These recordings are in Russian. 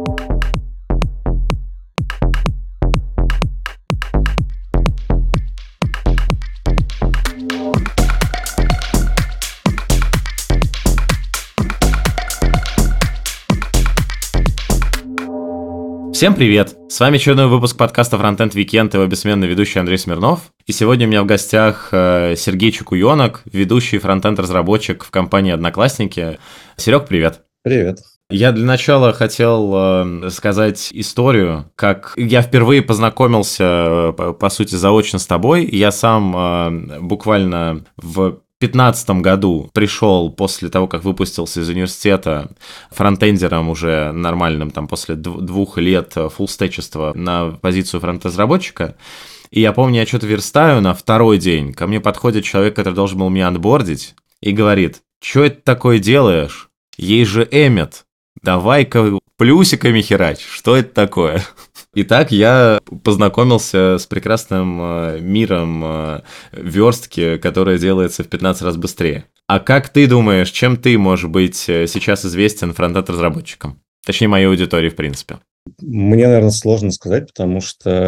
Всем привет! С вами очередной выпуск подкаста Frontend Weekend, его бессменный ведущий Андрей Смирнов. И сегодня у меня в гостях Сергей Чекуйонок, ведущий фронтенд-разработчик в компании «Одноклассники». Серег, привет! Привет! Я для начала хотел сказать историю, как я впервые познакомился, по сути, заочно с тобой. Я сам буквально в 2015 году пришел после того, как выпустился из университета фронтендером уже нормальным, там после 2 лет фуллстечества на позицию фронт-разработчика. И я помню, я что-то верстаю на второй день. Ко мне подходит человек, который должен был меня онбордить, и говорит: «Что это такое делаешь? Ей же Эммет. Давай-ка плюсиками херач. Что это такое?» Итак, я познакомился с прекрасным миром верстки, которая делается в 15 раз быстрее. А как ты думаешь, чем ты можешь быть сейчас известен фронтенд-разработчиком? Точнее, моей аудитории, в принципе. Мне, наверное, сложно сказать, потому что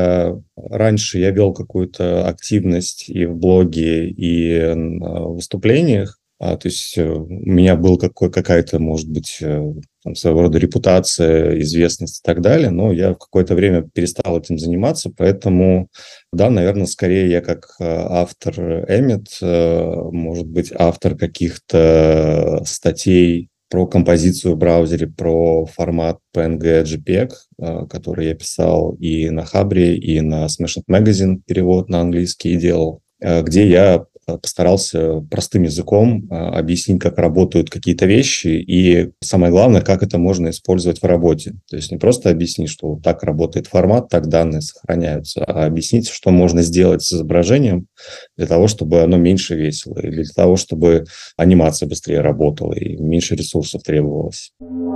раньше я вел какую-то активность и в блоге, и на выступлениях. То есть у меня была какая-то, может быть, там, своего рода репутация, известность и так далее, но я в какое-то время перестал этим заниматься, поэтому, да, наверное, скорее я как автор Emmet, может быть, автор каких-то статей про композицию в браузере, про формат PNG JPEG, который я писал и на Хабре, и на Smashing Magazine, перевод на английский делал, где я постарался простым языком объяснить, как работают какие-то вещи, и самое главное, как это можно использовать в работе. То есть не просто объяснить, что вот так работает формат, так данные сохраняются, а объяснить, что можно сделать с изображением для того, чтобы оно меньше весило, или для того, чтобы анимация быстрее работала и меньше ресурсов требовалось.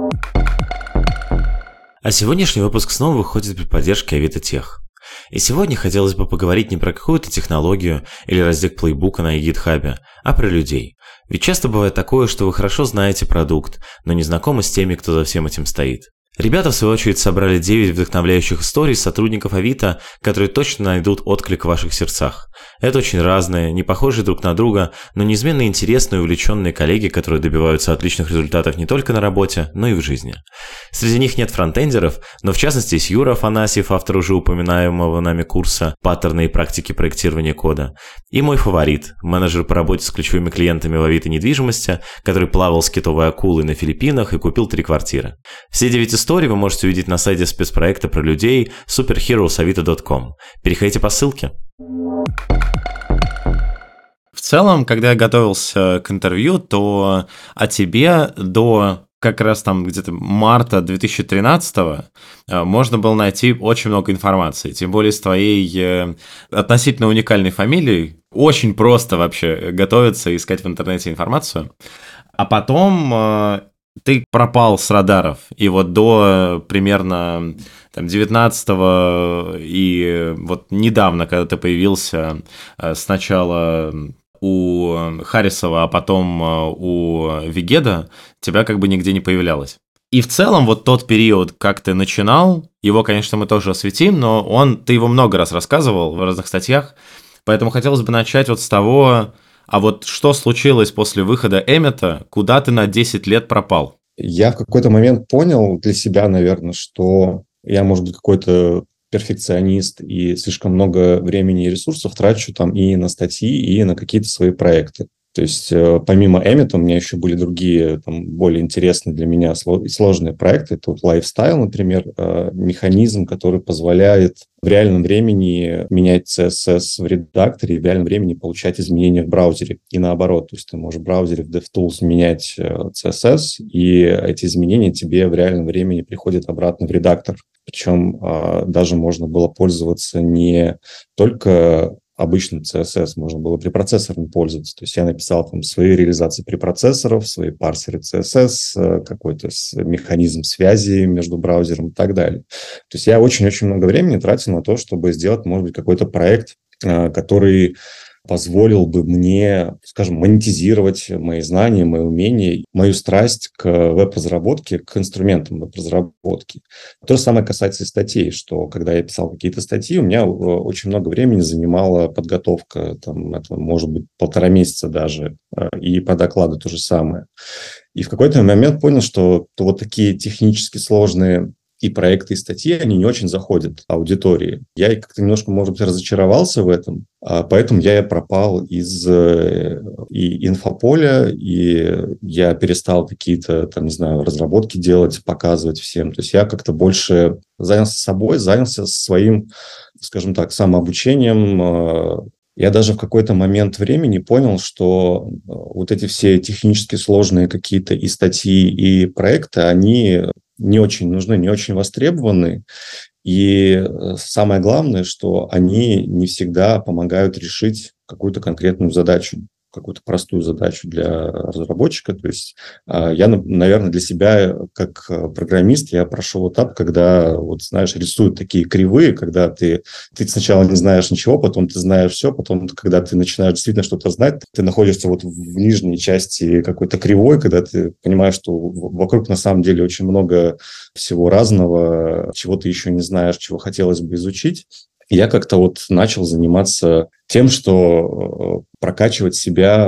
А сегодняшний выпуск снова выходит при поддержке Авито Тех. И сегодня хотелось бы поговорить не про какую-то технологию или раздел плейбука на GitHub, а про людей. Ведь часто бывает такое, что вы хорошо знаете продукт, но не знакомы с теми, кто за всем этим стоит. Ребята, в свою очередь, собрали 9 вдохновляющих историй сотрудников Авито, которые точно найдут отклик в ваших сердцах. Это очень разные, не похожие друг на друга, но неизменно интересные и увлеченные коллеги, которые добиваются отличных результатов не только на работе, но и в жизни. Среди них нет фронтендеров, но в частности есть Юра Афанасьев, автор уже упоминаемого нами курса «Паттерны и практики проектирования кода», и мой фаворит, менеджер по работе с ключевыми клиентами в Авито недвижимости, который плавал с китовой акулой на Филиппинах и купил 3 квартиры. Все 9 историй вы можете увидеть на сайте спецпроекта про людей superheroesavito.com. Переходите по ссылке. В целом, когда я готовился к интервью, то о тебе до как раз там где-то марта 2013-го можно было найти очень много информации, тем более с твоей относительно уникальной фамилией. Очень просто вообще готовиться и искать в интернете информацию. А потом ты пропал с радаров, и вот до примерно 19-го и вот недавно, когда ты появился сначала у Харрисова, а потом у Вигеда, тебя как бы нигде не появлялось. И в целом вот тот период, как ты начинал, его, конечно, мы тоже осветим, но ты его много раз рассказывал в разных статьях, поэтому хотелось бы начать вот с того, а вот что случилось после выхода Эммета, куда ты на 10 лет пропал? Я в какой-то момент понял для себя, наверное, что я, может быть, какой-то перфекционист и слишком много времени и ресурсов трачу там и на статьи, и на какие-то свои проекты. То есть помимо Эммета у меня еще были другие, там, более интересные для меня сложные проекты. Это вот Lifestyle, например, механизм, который позволяет в реальном времени менять CSS в редакторе и в реальном времени получать изменения в браузере. И наоборот, то есть ты можешь в браузере в DevTools менять CSS, и эти изменения тебе в реальном времени приходят обратно в редактор. Причем даже можно было пользоваться не только обычным CSS, можно было препроцессорным пользоваться. То есть я написал там свои реализации препроцессоров, свои парсеры CSS, какой-то механизм связи между браузером и так далее. То есть я очень-очень много времени тратил на то, чтобы сделать, может быть, какой-то проект, который позволил бы мне, скажем, монетизировать мои знания, мои умения, мою страсть к веб-разработке, к инструментам веб-разработки. То же самое касается и статей, что когда я писал какие-то статьи, у меня очень много времени занимала подготовка, там, это может быть 1,5 месяца даже, и по докладу то же самое. И в какой-то момент понял, что вот такие технически сложные и проекты, и статьи, они не очень заходят аудитории. Я как-то немножко, может быть, разочаровался в этом, поэтому я пропал из и инфополя, и я перестал какие-то, там, не знаю, разработки делать, показывать всем. То есть я как-то больше занялся собой, занялся своим, скажем так, самообучением. Я даже в какой-то момент времени понял, что вот эти все технически сложные какие-то и статьи, и проекты, они не очень нужны, не очень востребованы. И самое главное, что они не всегда помогают решить какую-то конкретную задачу, какую-то простую задачу для разработчика. То есть я, наверное, для себя как программист я прошел этап, когда, вот знаешь, рисуют такие кривые, когда ты сначала не знаешь ничего, потом ты знаешь все, потом, когда ты начинаешь действительно что-то знать, ты находишься вот в нижней части какой-то кривой, когда ты понимаешь, что вокруг на самом деле очень много всего разного, чего ты еще не знаешь, чего хотелось бы изучить. Я как-то вот начал заниматься тем, что прокачивать себя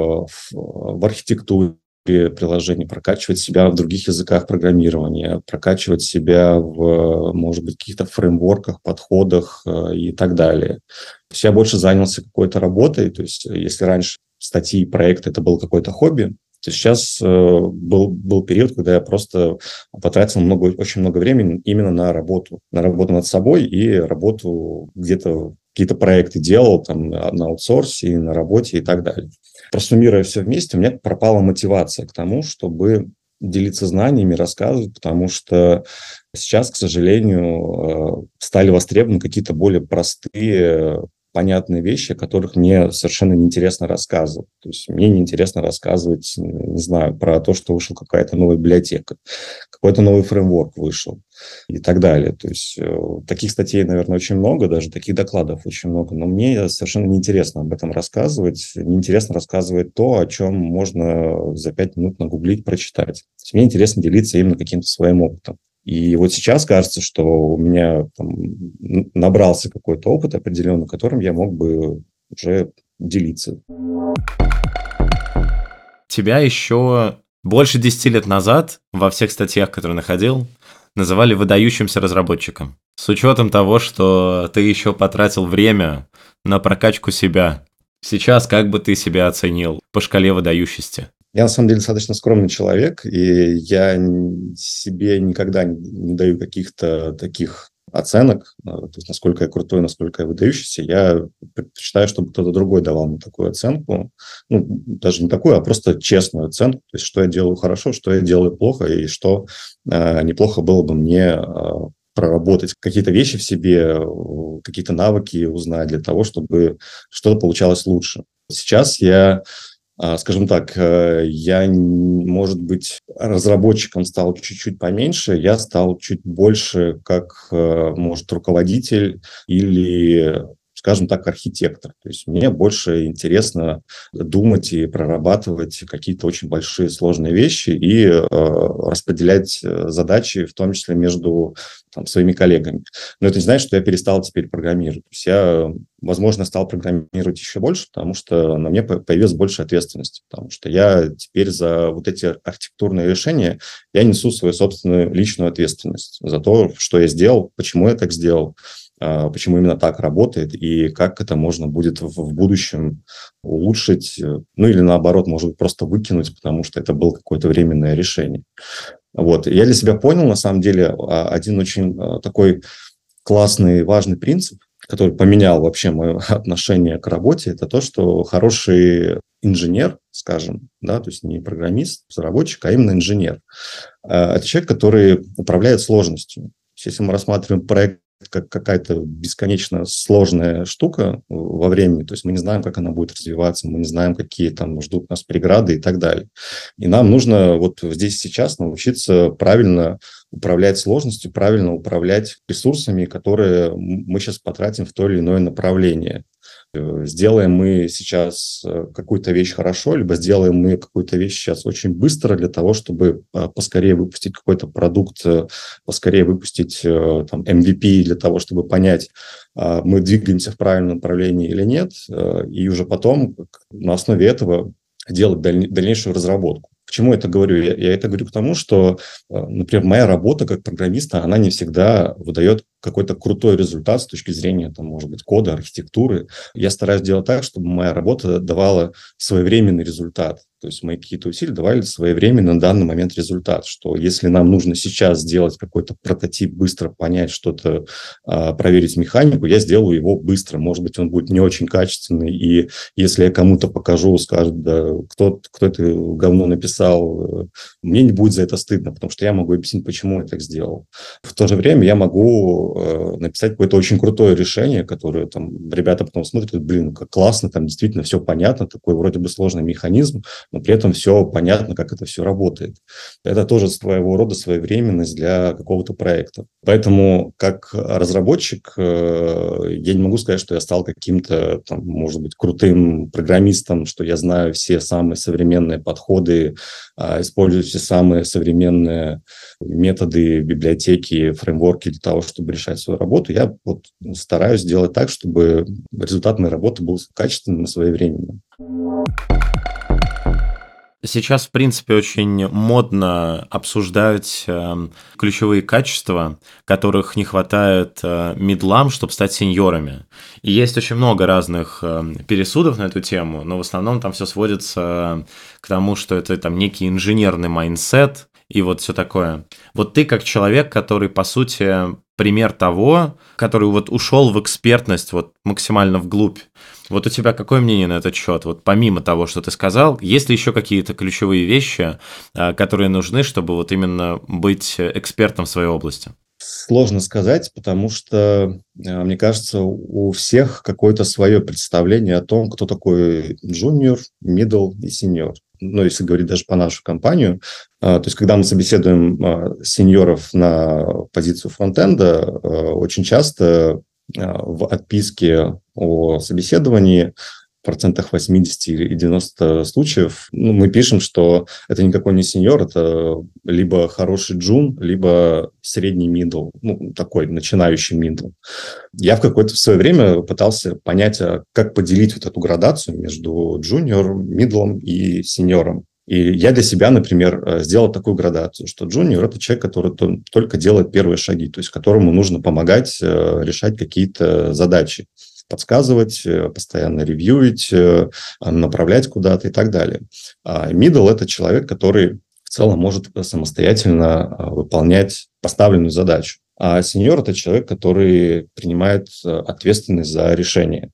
в архитектуре приложений, прокачивать себя в других языках программирования, прокачивать себя в, может быть, каких-то фреймворках, подходах и так далее. То есть я больше занялся какой-то работой, то есть если раньше статьи и проекты это было какое-то хобби, то сейчас был период, когда я просто потратил очень много времени именно на работу над собой и работу где-то, какие-то проекты делал там на аутсорсе, на работе и так далее. Просуммируя все вместе, у меня пропала мотивация к тому, чтобы делиться знаниями, рассказывать, потому что сейчас, к сожалению, стали востребованы какие-то более простые, понятные вещи, о которых мне совершенно неинтересно рассказывать. То есть мне неинтересно рассказывать, не знаю, про то, что вышла какая-то новая библиотека, какой-то новый фреймворк вышел и так далее. То есть таких статей, наверное, очень много, даже таких докладов очень много, но мне совершенно неинтересно об этом рассказывать. Неинтересно рассказывать то, о чем можно за 5 минут нагуглить, прочитать. То есть мне интересно делиться именно каким-то своим опытом. И вот сейчас кажется, что у меня там набрался какой-то опыт определенный, которым я мог бы уже делиться. Тебя еще больше 10 лет назад во всех статьях, которые находил, называли выдающимся разработчиком. С учетом того, что ты еще потратил время на прокачку себя. Сейчас как бы ты себя оценил по шкале выдающести? Я, на самом деле, достаточно скромный человек, и я себе никогда не даю каких-то таких оценок, то есть насколько я крутой, насколько я выдающийся. Я предпочитаю, чтобы кто-то другой давал мне такую оценку. Ну, даже не такую, а просто честную оценку. То есть, что я делаю хорошо, что я делаю плохо, и что неплохо было бы мне проработать какие-то вещи в себе, какие-то навыки узнать для того, чтобы что-то получалось лучше. Сейчас я... Скажем так, я, может быть, разработчиком стал чуть-чуть поменьше, я стал чуть больше как, может, руководитель или, скажем так, архитектор. То есть мне больше интересно думать и прорабатывать какие-то очень большие сложные вещи и распределять задачи, в том числе между своими коллегами. Но это не значит, что я перестал теперь программировать. То есть я, возможно, стал программировать еще больше, потому что на мне появилась больше ответственности, потому что я теперь за вот эти архитектурные решения я несу свою собственную личную ответственность за то, что я сделал, почему я так сделал, почему именно так работает и как это можно будет в будущем улучшить, ну или наоборот, может быть, просто выкинуть, потому что это было какое-то временное решение. Вот. Я для себя понял, на самом деле, один очень такой классный, важный принцип, который поменял вообще мое отношение к работе, это то, что хороший инженер, скажем, да, то есть не программист, разработчик, а именно инженер, это человек, который управляет сложностью. То есть если мы рассматриваем проект как какая-то бесконечно сложная штука во времени, то есть мы не знаем, как она будет развиваться, мы не знаем, какие там ждут нас преграды и так далее. И нам нужно вот здесь сейчас научиться правильно управлять сложностью, правильно управлять ресурсами, которые мы сейчас потратим в то или иное направление. Сделаем мы сейчас какую-то вещь хорошо, либо сделаем мы какую-то вещь сейчас очень быстро для того, чтобы поскорее выпустить какой-то продукт, поскорее выпустить там, MVP для того, чтобы понять, мы двигаемся в правильном направлении или нет, и уже потом на основе этого делать дальнейшую разработку. Почему я это говорю? Я это говорю к тому, что, например, моя работа как программиста, она не всегда выдает какой-то крутой результат с точки зрения, там, может быть, кода, архитектуры. Я стараюсь делать так, чтобы моя работа давала своевременный результат. То есть мои какие-то усилия давали своевременно на данный момент результат, что если нам нужно сейчас сделать какой-то прототип, быстро понять что-то, проверить механику, я сделаю его быстро. Может быть, он будет не очень качественный, и если я кому-то покажу, скажут, да, кто это говно написал, мне не будет за это стыдно, потому что я могу объяснить, почему я так сделал. В то же время я могу написать какое-то очень крутое решение, которое там ребята потом смотрят, блин, как классно, там действительно все понятно, такой вроде бы сложный механизм, но при этом все понятно, как это все работает. Это тоже своего рода своевременность для какого-то проекта. Поэтому как разработчик я не могу сказать, что я стал каким-то, там, может быть, крутым программистом, что я знаю все самые современные подходы, использую все самые современные методы, библиотеки, фреймворки для того, чтобы решать свою работу. Я вот стараюсь сделать так, чтобы результат моей работы был качественным и своевременным. Сейчас, в принципе, очень модно обсуждать ключевые качества, которых не хватает мидлам, чтобы стать сеньорами. И есть очень много разных пересудов на эту тему, но в основном там все сводится к тому, что это там некий инженерный майндсет и вот все такое. Вот ты как человек, который, по сути, пример того, который вот ушел в экспертность вот максимально вглубь. Вот у тебя какое мнение на этот счет? Вот помимо того, что ты сказал, есть ли еще какие-то ключевые вещи, которые нужны, чтобы вот именно быть экспертом в своей области? Сложно сказать, потому что, мне кажется, у всех какое-то свое представление о том, кто такой джуниор, middle и сеньор. Ну, если говорить даже по нашу компанию, то есть когда мы собеседуем сеньоров на позицию фронтенда, очень часто в отписке о собеседовании в процентах 80 и 90 случаев мы пишем, что это никакой не сеньор, это либо хороший джун, либо средний мидл, такой начинающий мидл. Я в свое время пытался понять, как поделить вот эту градацию между джуниор, мидлом и сеньором. И я для себя, например, сделал такую градацию, что джуниор – это человек, который только делает первые шаги, то есть которому нужно помогать решать какие-то задачи, подсказывать, постоянно ревьюить, направлять куда-то и так далее. А middle – это человек, который в целом может самостоятельно выполнять поставленную задачу. А senior – это человек, который принимает ответственность за решение.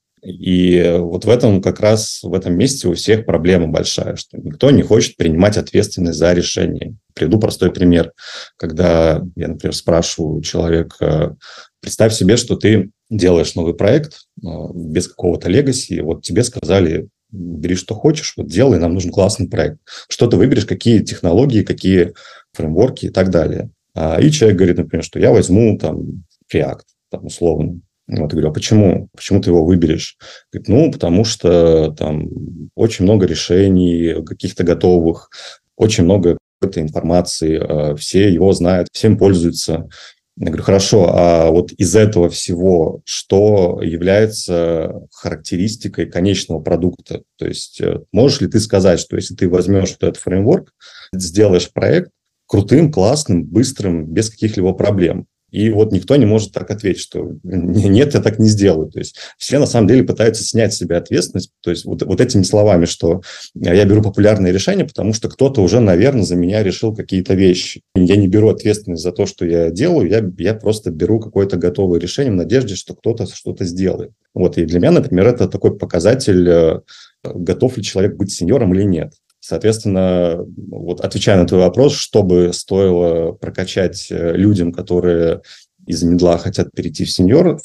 И вот в этом месте у всех проблема большая, что никто не хочет принимать ответственность за решение. Приведу простой пример. Когда я, например, спрашиваю человека, представь себе, что ты делаешь новый проект без какого-то легаси, вот тебе сказали, бери что хочешь, вот делай, нам нужен классный проект. Что ты выберешь, какие технологии, какие фреймворки и так далее. И человек говорит, например, что я возьму там React, там, условно. Вот, я говорю, а почему? Почему ты его выберешь? Говорит, потому что там очень много решений, каких-то готовых, очень много какой-то информации, все его знают, всем пользуются. Я говорю, хорошо, а вот из этого всего что является характеристикой конечного продукта? То есть можешь ли ты сказать, что если ты возьмешь вот этот фреймворк, сделаешь проект крутым, классным, быстрым, без каких-либо проблем? И вот никто не может так ответить, что нет, я так не сделаю. То есть все на самом деле пытаются снять с себя ответственность. То есть вот этими словами, что я беру популярные решения, потому что кто-то уже, наверное, за меня решил какие-то вещи. Я не беру ответственность за то, что я делаю, я просто беру какое-то готовое решение в надежде, что кто-то что-то сделает. Вот, и для меня, например, это такой показатель, готов ли человек быть сеньором или нет. Соответственно, вот отвечая на твой вопрос, что бы стоило прокачать людям, которые из мидла хотят перейти в сеньоров,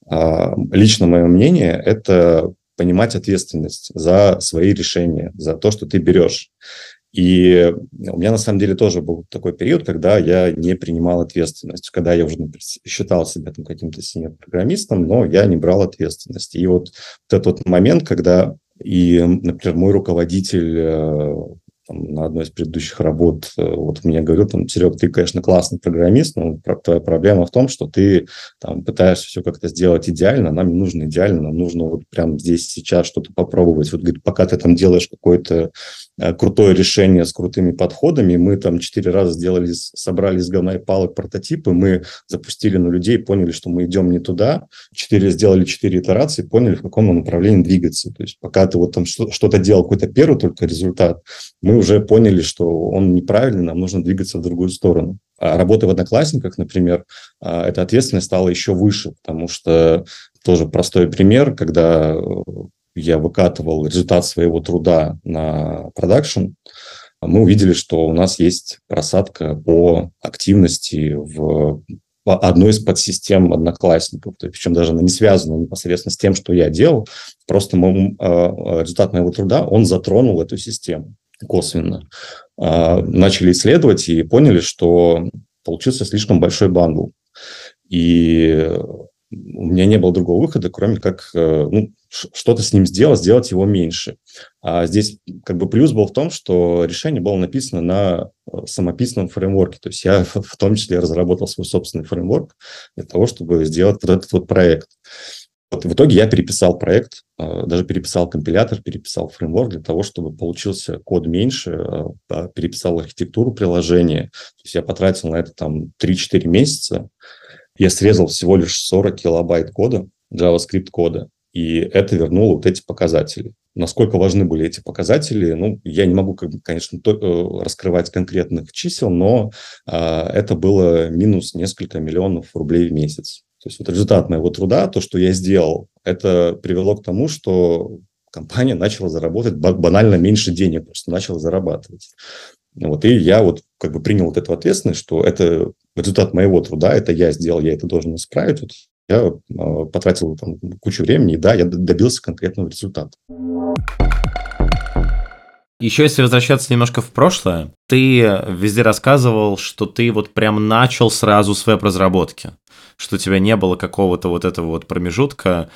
лично мое мнение – это понимать ответственность за свои решения, за то, что ты берешь. И у меня на самом деле тоже был такой период, когда я не принимал ответственность, когда я уже считал себя там каким-то синьор-программистом, но я не брал ответственности. И вот этот вот момент, когда например, мой руководитель там, на одной из предыдущих работ вот мне говорил, там, Серег, ты, конечно, классный программист, но твоя проблема в том, что ты там пытаешься все как-то сделать идеально, нам не нужно идеально, нам нужно вот прямо здесь сейчас что-то попробовать. Вот, говорит, пока ты там делаешь какое-то крутое решение с крутыми подходами, мы там 4 раза собрали из говна и палок прототипы, мы запустили на людей, поняли, что мы идем не туда, сделали 4 итерации, поняли, в каком направлении двигаться. То есть пока ты вот там что-то делал, какой-то первый только результат, мы уже поняли, что он неправильный, нам нужно двигаться в другую сторону. А работая в Одноклассниках, например, эта ответственность стала еще выше, потому что тоже простой пример, когда я выкатывал результат своего труда на продакшн, мы увидели, что у нас есть просадка по активности в одной из подсистем Одноклассников, причем даже она не связана непосредственно с тем, что я делал, просто результат моего труда, он затронул эту систему косвенно. Начали исследовать и поняли, что получился слишком большой бандл. И у меня не было другого выхода, кроме как что-то с ним сделать его меньше. А здесь как бы плюс был в том, что решение было написано на самописном фреймворке. То есть я в том числе разработал свой собственный фреймворк для того, чтобы сделать вот этот вот проект. Вот в итоге я переписал проект, даже переписал компилятор, переписал фреймворк для того, чтобы получился код меньше, переписал архитектуру приложения. То есть я потратил на это там 3-4 месяца. Я срезал всего лишь 40 килобайт кода, JavaScript кода, и это вернуло вот эти показатели. Насколько важны были эти показатели, я не могу, конечно, раскрывать конкретных чисел, но это было минус несколько миллионов рублей в месяц. То есть вот результат моего труда, то, что я сделал, это привело к тому, что компания начала заработать банально меньше денег, просто начала зарабатывать. Вот, и я вот как бы принял вот эту ответственность, что это результат моего труда, это я сделал, я это должен исправить. Вот я потратил там кучу времени, и да, я добился конкретного результата. Еще если возвращаться немножко в прошлое, ты везде рассказывал, что ты вот прям начал сразу с веб-разработки, что у тебя не было какого-то вот этого вот промежутка,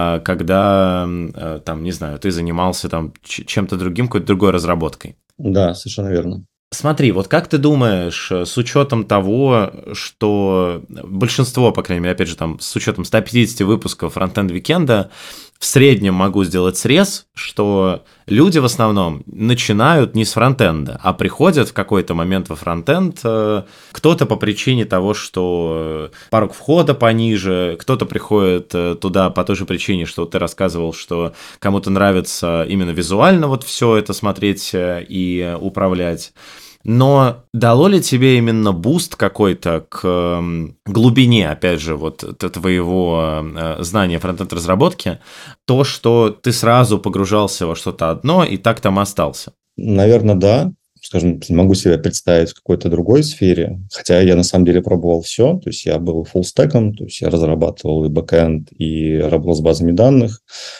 когда, там, не знаю, ты занимался там чем-то другим, какой-то другой разработкой. Да, совершенно верно. Смотри, вот как ты думаешь, с учетом того, что большинство, по крайней мере, опять же, там, с учетом 150 выпусков Frontend Weekend, в среднем могу сделать срез, что люди в основном начинают не с фронтенда, а приходят в какой-то момент во фронтенд, кто-то по причине того, что порог входа пониже, кто-то приходит туда по той же причине, что ты рассказывал, что кому-то нравится именно визуально вот все это смотреть и управлять. Но дало ли тебе именно буст какой-то к глубине, опять же, вот твоего знания фронтенд-разработки, то, что ты сразу погружался во что-то одно и так там остался? Наверное, да. Скажем, могу себя представить в какой-то другой сфере, хотя я на самом деле пробовал все, то есть я был фуллстеком, то есть я разрабатывал и бэкэнд, и работал с базами данных,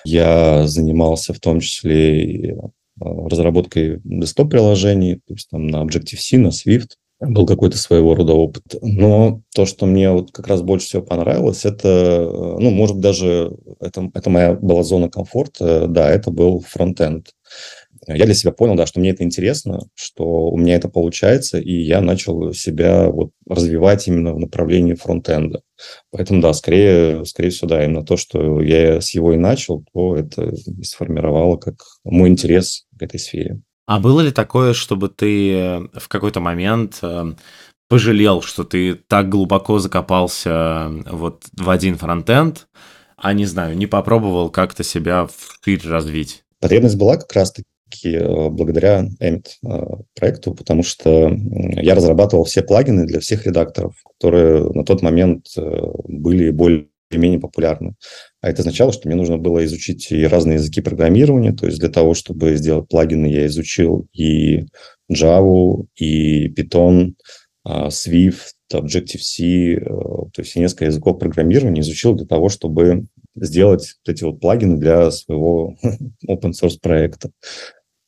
я занимался в том числе и разработкой десктоп-приложений, то есть там на Objective-C, на Swift. Был какой-то своего рода опыт. Но то, что мне вот как раз больше всего понравилось, это, может быть, даже это моя была зона комфорта, да, это был фронтенд. Я для себя понял, да, что мне это интересно, что у меня это получается, и я начал себя вот развивать именно в направлении фронтенда. Поэтому, да, скорее всего, да, именно то, что я с его и начал, то это и сформировало как мой интерес к этой сфере. А было ли такое, чтобы ты в какой-то момент пожалел, что ты так глубоко закопался вот в один фронтенд, а, не знаю, не попробовал как-то себя вширь развить? Потребность была как раз-таки благодаря Emmet проекту, потому что я разрабатывал все плагины для всех редакторов, которые на тот момент были более-менее популярны. А это означало, что мне нужно было изучить и разные языки программирования. То есть для того, чтобы сделать плагины, я изучил и Java, и Python, Swift, Objective-C, то есть несколько языков программирования изучил для того, чтобы сделать вот эти вот плагины для своего open source проекта.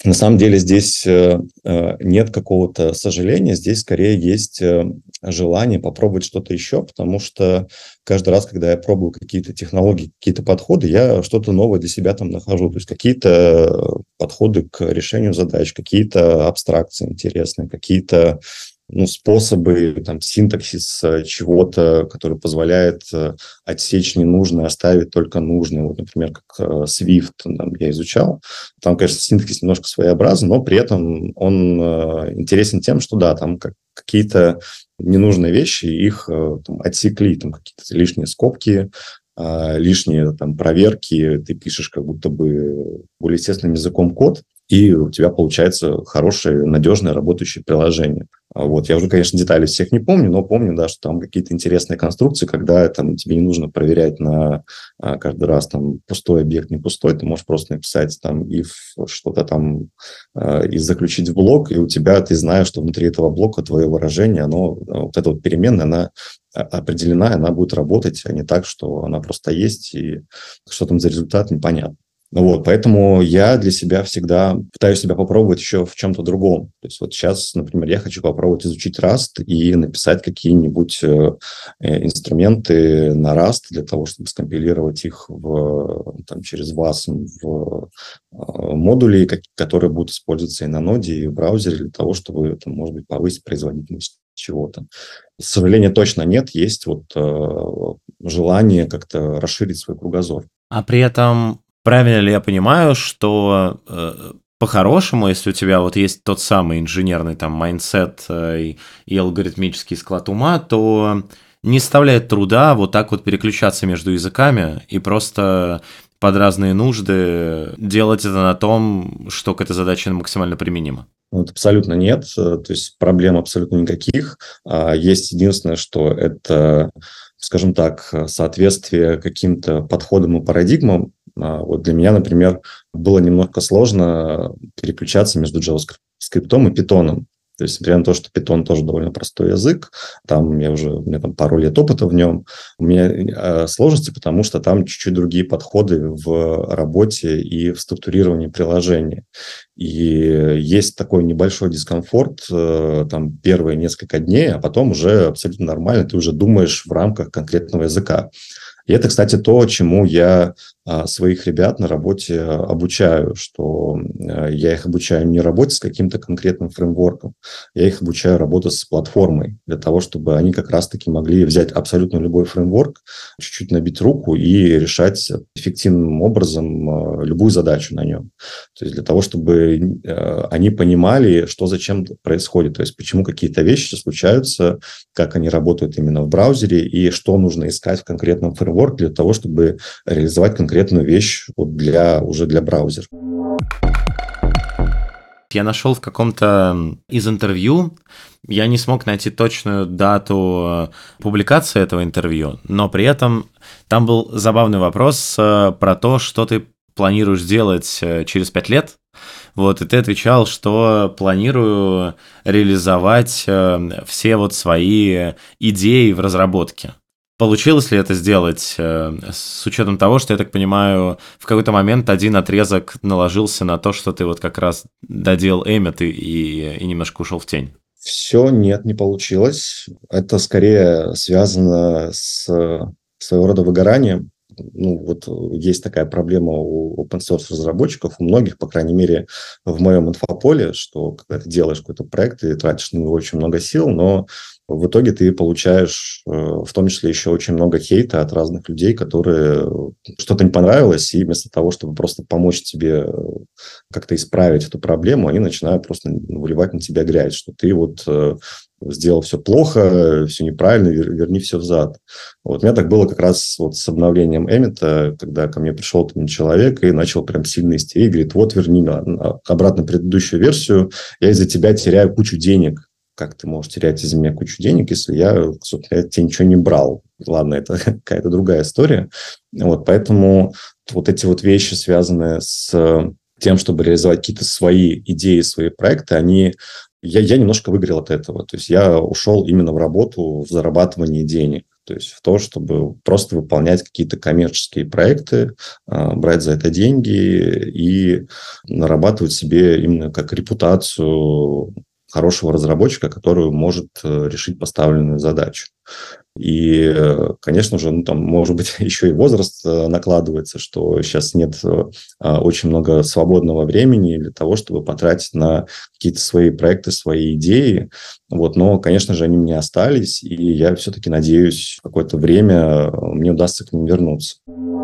На самом деле здесь нет какого-то сожаления, здесь скорее есть желание попробовать что-то еще, потому что каждый раз, когда я пробую какие-то технологии, какие-то подходы, я что-то новое для себя там нахожу. То есть какие-то подходы к решению задач, какие-то абстракции интересные, какие-то способы, там, синтаксис чего-то, который позволяет отсечь ненужное, оставить только нужное. Вот, например, как Swift там, я изучал. Там, конечно, синтаксис немножко своеобразный, но при этом он интересен тем, что, да, там какие-то ненужные вещи, их там, отсекли, там какие-то лишние скобки, лишние там проверки, ты пишешь как будто бы более естественным языком код, и у тебя получается хорошее, надежное, работающее приложение. Вот. Я уже, конечно, деталей всех не помню, но помню, да, что там какие-то интересные конструкции, когда там, тебе не нужно проверять на каждый раз там, пустой объект, не пустой, ты можешь просто написать там if что-то там и заключить в блок, и у тебя, ты знаешь, что внутри этого блока твое выражение, оно, вот эта вот переменная, она определена, она будет работать, а не так, что она просто есть, и что там за результат, непонятно. Вот, поэтому я для себя всегда пытаюсь себя попробовать еще в чем-то другом. То есть вот сейчас, например, я хочу попробовать изучить Rust и написать какие-нибудь инструменты на Rust для того, чтобы скомпилировать их через WASM в модули, которые будут использоваться и на ноде, и в браузере для того, чтобы, может быть, повысить производительность чего-то. К сожалению, точно нет. Есть вот желание как-то расширить свой кругозор. А при этом правильно ли я понимаю, что по-хорошему, если у тебя вот есть тот самый инженерный там майндсет и алгоритмический склад ума, то не составляет труда вот так вот переключаться между языками и просто под разные нужды делать это на том, что к этой задаче максимально применимо? Вот абсолютно нет. То есть проблем абсолютно никаких. Есть единственное, что это, скажем так, соответствие каким-то подходам и парадигмам. Вот для меня, например, было немного сложно переключаться между JavaScript и Python. То есть, несмотря на то, что Python тоже довольно простой язык, у меня там пару лет опыта в нем, у меня сложности, потому что там чуть-чуть другие подходы в работе и в структурировании приложения. И есть такой небольшой дискомфорт там первые несколько дней, а потом уже абсолютно нормально, ты уже думаешь в рамках конкретного языка. И это, кстати, то, чему я своих ребят на работе обучаю, что я их обучаю не работе с каким-то конкретным фреймворком, я их обучаю работать с платформой для того, чтобы они как раз-таки могли взять абсолютно любой фреймворк, чуть-чуть набить руку и решать эффективным образом любую задачу на нем. То есть для того, чтобы они понимали, что зачем происходит, то есть почему какие-то вещи случаются, как они работают именно в браузере и что нужно искать в конкретном фреймворке для того, чтобы реализовать конкретную вещь уже для браузера. Я нашел в каком-то из интервью, я не смог найти точную дату публикации этого интервью, но при этом там был забавный вопрос про то, что ты планируешь делать через 5 лет. Вот, и ты отвечал, что планирую реализовать все вот свои идеи в разработке. Получилось ли это сделать с учетом того, что, я так понимаю, в какой-то момент один отрезок наложился на то, что ты вот как раз доделал Эммет и немножко ушел в тень? Все, нет, не получилось. Это скорее связано с своего рода выгоранием. Вот есть такая проблема у open-source разработчиков, у многих, по крайней мере, в моем инфополе, что когда ты делаешь какой-то проект и тратишь на него очень много сил, но в итоге ты получаешь в том числе еще очень много хейта от разных людей, которые что-то не понравилось, и вместо того, чтобы просто помочь тебе как-то исправить эту проблему, они начинают просто выливать на тебя грязь, что ты сделал все плохо, все неправильно, верни все взад. Вот. У меня так было как раз с обновлением Эммета, когда ко мне пришел один человек и начал прям сильно истерить, говорит, вот верни обратно предыдущую версию, я из-за тебя теряю кучу денег. Как ты можешь терять из-за меня кучу денег, если я тебе ничего не брал? Ладно, это какая-то другая история. Вот, поэтому вот эти вот вещи, связанные с тем, чтобы реализовать какие-то свои идеи, свои проекты, я немножко выгорел от этого. То есть я ушел именно в работу, в зарабатывание денег. То есть в то, чтобы просто выполнять какие-то коммерческие проекты, брать за это деньги и нарабатывать себе именно как репутацию хорошего разработчика, который может решить поставленную задачу. И, конечно же, там, может быть, еще и возраст накладывается, что сейчас нет очень много свободного времени для того, чтобы потратить на какие-то свои проекты, свои идеи. Вот, но, конечно же, они мне остались, и я все-таки надеюсь, какое-то время мне удастся к ним вернуться.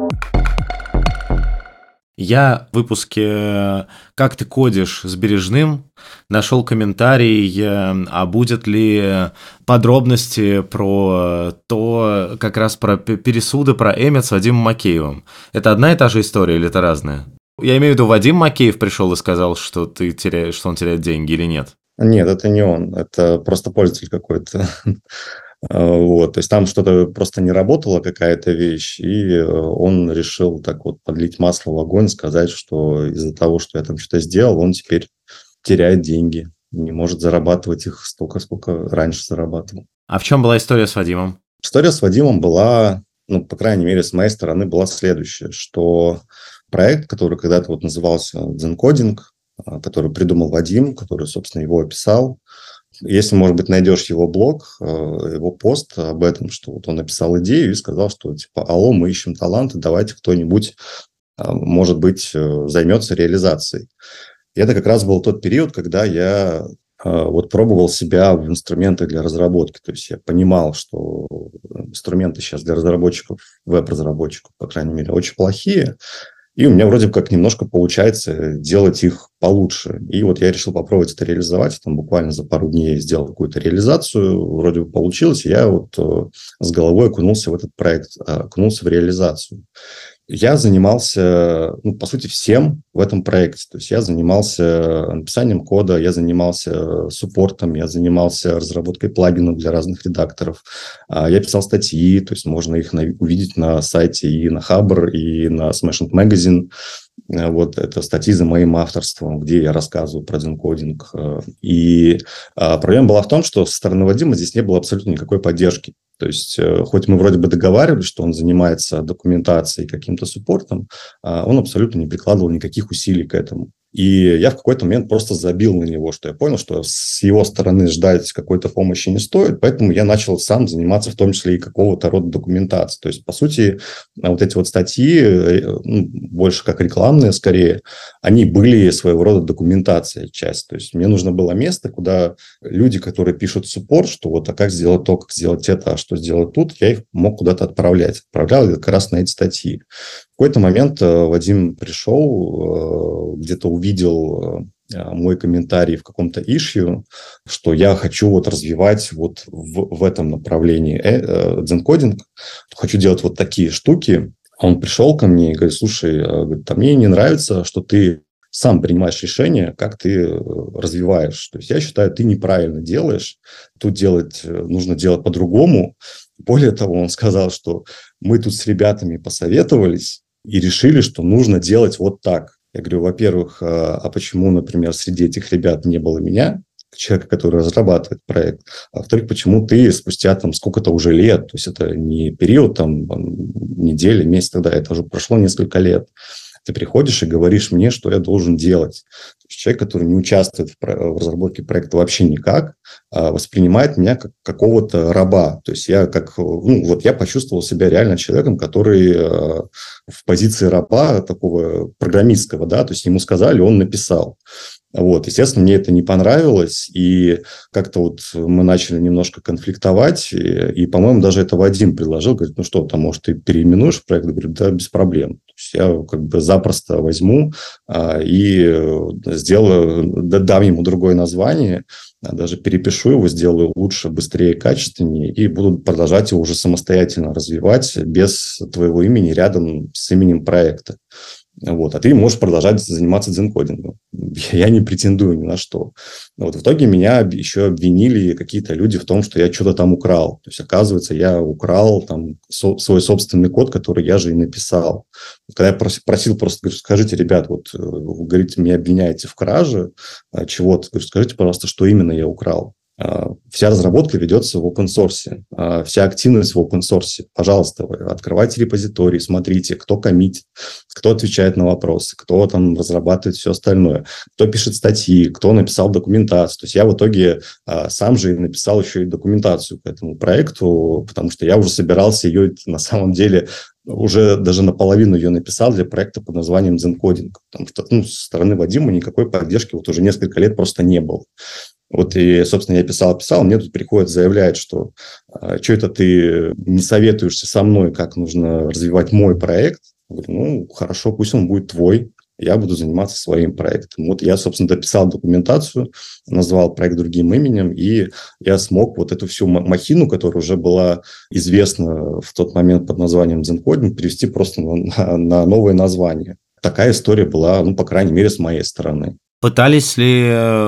Я в выпуске «Как ты кодишь с Бережным» нашел комментарий, а будет ли подробности про то, как раз про пересуды, про Эмmet с Вадимом Макеевым. Это одна и та же история или это разная? Я имею в виду, Вадим Макеев пришел и сказал, что он теряет деньги или нет? Нет, это не он, это просто пользователь какой-то. Вот, то есть там что-то просто не работала какая-то вещь, и он решил так вот подлить масло в огонь, сказать, что из-за того, что я там что-то сделал, он теперь теряет деньги, не может зарабатывать их столько, сколько раньше зарабатывал. А в чем была история с Вадимом? История с Вадимом была, ну, по крайней мере, с моей стороны, была следующая, что проект, который когда-то вот назывался ZenCoding, который придумал Вадим, который, собственно, его описал. Если, может быть, найдешь его блог, его пост об этом, что вот он написал идею и сказал, что типа, алло, мы ищем таланты, давайте кто-нибудь, может быть, займется реализацией. И это как раз был тот период, когда я вот пробовал себя в инструментах для разработки. То есть я понимал, что инструменты сейчас для разработчиков, веб-разработчиков, по крайней мере, очень плохие. И у меня вроде как немножко получается делать их получше. И вот я решил попробовать это реализовать. Там буквально за пару дней сделал какую-то реализацию. Вроде бы получилось. И я вот с головой окунулся в этот проект, окунулся в реализацию. Я занимался, ну, по сути, всем в этом проекте. То есть я занимался написанием кода, я занимался суппортом, я занимался разработкой плагинов для разных редакторов. Я писал статьи, то есть можно их увидеть на сайте и на Хабр, и на Smashing Magazine. Вот это статьи за моим авторством, где я рассказываю про дзенкодинг. И проблема была в том, что со стороны Вадима здесь не было абсолютно никакой поддержки. То есть, хоть мы вроде бы договаривались, что он занимается документацией, каким-то суппортом, он абсолютно не прикладывал никаких усилий к этому. И я в какой-то момент просто забил на него, что я понял, что с его стороны ждать какой-то помощи не стоит, поэтому я начал сам заниматься в том числе и какого-то рода документацией. То есть, по сути, вот эти вот статьи, ну, больше как рекламные скорее, они были своего рода документацией часть. То есть, мне нужно было место, куда люди, которые пишут суппорт, что вот, а как сделать то, как сделать это, а что сделать тут, я их мог куда-то отправлять. Отправлял как раз на эти статьи. В какой-то момент Вадим пришел, где-то увидел мой комментарий в каком-то issue, что я хочу вот развивать вот в этом направлении дзенкодинг, хочу делать вот такие штуки. Он пришел ко мне и говорит, слушай, говорит, мне не нравится, что ты сам принимаешь решение, как ты развиваешь. То есть я считаю, ты неправильно делаешь, тут нужно делать по-другому. Более того, он сказал, что мы тут с ребятами посоветовались и решили, что нужно делать вот так. Я говорю, во-первых, а почему, например, среди этих ребят не было меня, человека, который разрабатывает проект, а во-вторых, почему ты спустя там сколько-то уже лет, то есть это не период там недели, месяц, тогда это уже прошло несколько лет, ты приходишь и говоришь мне, что я должен делать. То есть человек, который не участвует в разработке проекта вообще никак, воспринимает меня как какого-то раба. То есть я я почувствовал себя реально человеком, который в позиции раба, такого программистского, да, то есть ему сказали, он написал. Вот, естественно, мне это не понравилось, и как-то вот мы начали немножко конфликтовать, и по-моему, даже это Вадим предложил, говорит, ну что, там, может, ты переименуешь проект? Я говорю, да, без проблем. То есть я как бы запросто возьму и сделаю, дам ему другое название, даже перепишу его, сделаю лучше, быстрее, качественнее, и буду продолжать его уже самостоятельно развивать без твоего имени рядом с именем проекта. Вот, а ты можешь продолжать заниматься дзенкодингом. Я не претендую ни на что. Вот, в итоге меня еще обвинили какие-то люди в том, что я что-то там украл. То есть, оказывается, я украл там свой собственный код, который я же и написал. Когда я просил просто, говорю, скажите, ребят, вот вы, говорите, меня обвиняете в краже чего-то, говорю, скажите, пожалуйста, что именно я украл. Вся разработка ведется в open source, вся активность в open source. Пожалуйста, вы открывайте репозиторий, смотрите, кто коммитит, кто отвечает на вопросы, кто там разрабатывает все остальное, кто пишет статьи, кто написал документацию. То есть я в итоге сам же написал еще и документацию к этому проекту, потому что я уже собирался ее на самом деле уже даже наполовину ее написал для проекта под названием ZenCoding. Потому что со стороны Вадима никакой поддержки вот уже несколько лет просто не было. Вот и, собственно, я писал, мне тут приходит, заявляет, что что это ты не советуешься со мной, как нужно развивать мой проект. Я говорю, хорошо, пусть он будет твой, я буду заниматься своим проектом. Вот я, собственно, дописал документацию, назвал проект другим именем, и я смог вот эту всю махину, которая уже была известна в тот момент под названием ZenCoding, перевести просто на новое название. Такая история была, по крайней мере, с моей стороны. Пытались ли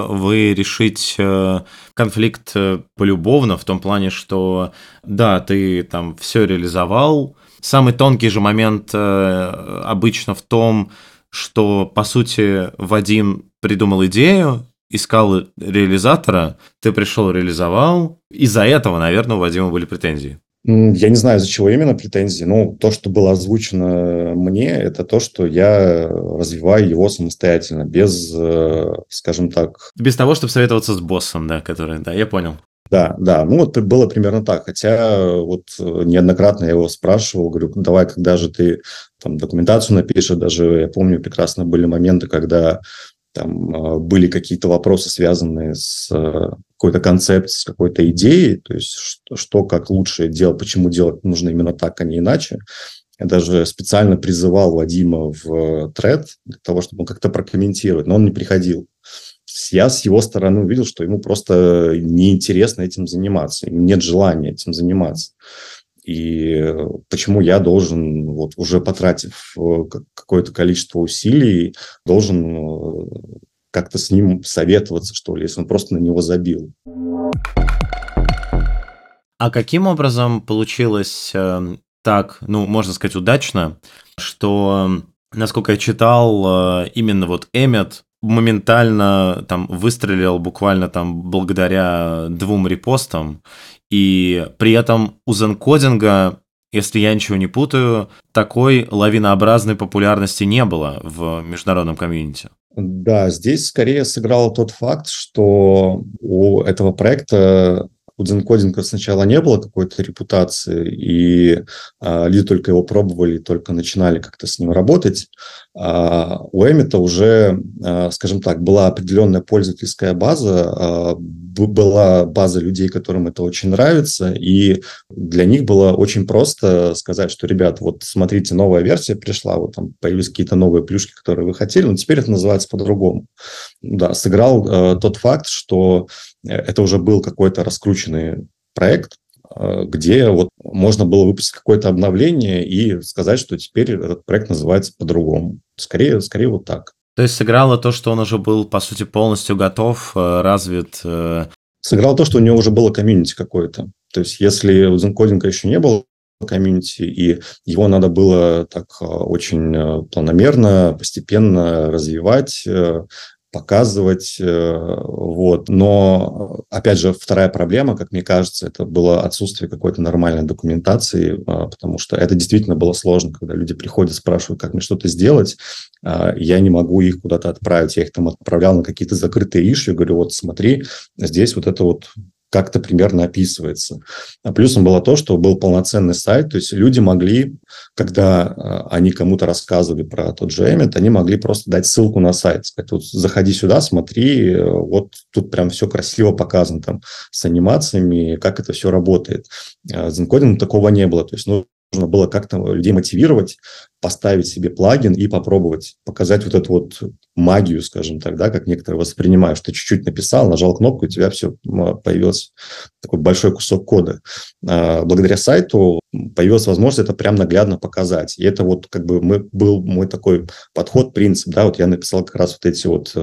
вы решить конфликт полюбовно, в том плане, что да, ты там все реализовал. Самый тонкий же момент обычно в том, что, по сути, Вадим придумал идею, искал реализатора, ты пришел, реализовал. Из-за этого, наверное, у Вадима были претензии. Я не знаю, из-за чего именно претензии, но то, что было озвучено мне, это то, что я развиваю его самостоятельно, без, скажем так... Без того, чтобы советоваться с боссом, да, который... Да, я понял. Да, вот было примерно так. Хотя вот неоднократно я его спрашивал, говорю, давай, когда же ты там документацию напишешь, даже я помню, прекрасно были моменты, когда там были какие-то вопросы, связанные с какой-то концепцией, с какой-то идеей, то есть что как лучше делать, почему делать нужно именно так, а не иначе. Я даже специально призывал Вадима в тред для того, чтобы он как-то прокомментировать, но он не приходил. Я с его стороны увидел, что ему просто неинтересно этим заниматься, нет желания этим заниматься. И почему я должен, вот уже потратив какое-то количество усилий, должен как-то с ним советоваться, что ли, если он просто на него забил. А каким образом получилось так, можно сказать, удачно, что, насколько я читал, именно вот Эммет моментально там выстрелил буквально там благодаря 2 репостам, и при этом у ZenCoding, если я ничего не путаю, такой лавинообразной популярности не было в международном комьюнити. Да, здесь скорее сыграл тот факт, что у этого проекта, у ZenCoding сначала не было какой-то репутации, и люди только его пробовали, только начинали как-то с ним работать. У Эммета уже, скажем так, была определенная пользовательская база, была база людей, которым это очень нравится, и для них было очень просто сказать, что, ребят, вот смотрите, новая версия пришла, вот там появились какие-то новые плюшки, которые вы хотели, но теперь это называется по-другому. Да, сыграл тот факт, что это уже был какой-то раскрученный проект, где вот можно было выпустить какое-то обновление и сказать, что теперь этот проект называется по-другому. Скорее вот так. То есть сыграло то, что он уже был, по сути, полностью готов, развит? Сыграло то, что у него уже было комьюнити какое-то. То есть если у ZenCoding еще не было комьюнити, и его надо было так очень планомерно, постепенно развивать, показывать, вот. Но, опять же, вторая проблема, как мне кажется, это было отсутствие какой-то нормальной документации, потому что это действительно было сложно, когда люди приходят, спрашивают, как мне что-то сделать, я не могу их куда-то отправить, я их там отправлял на какие-то закрытые ишью, говорю, вот смотри, здесь вот это вот как-то примерно описывается. А плюсом было то, что был полноценный сайт, то есть люди могли, когда они кому-то рассказывали про тот же Эммет, они могли просто дать ссылку на сайт, сказать, вот заходи сюда, смотри, вот тут прям все красиво показано там с анимациями, как это все работает. С ZenCoding такого не было, то есть нужно было как-то людей мотивировать, поставить себе плагин и попробовать показать вот эту вот магию, скажем так, да, как некоторые воспринимают, что ты чуть-чуть написал, нажал кнопку, и у тебя все появился такой большой кусок кода. Благодаря сайту появилась возможность это прям наглядно показать. И это вот как бы был мой такой подход, принцип, да, вот я написал как раз вот эти вот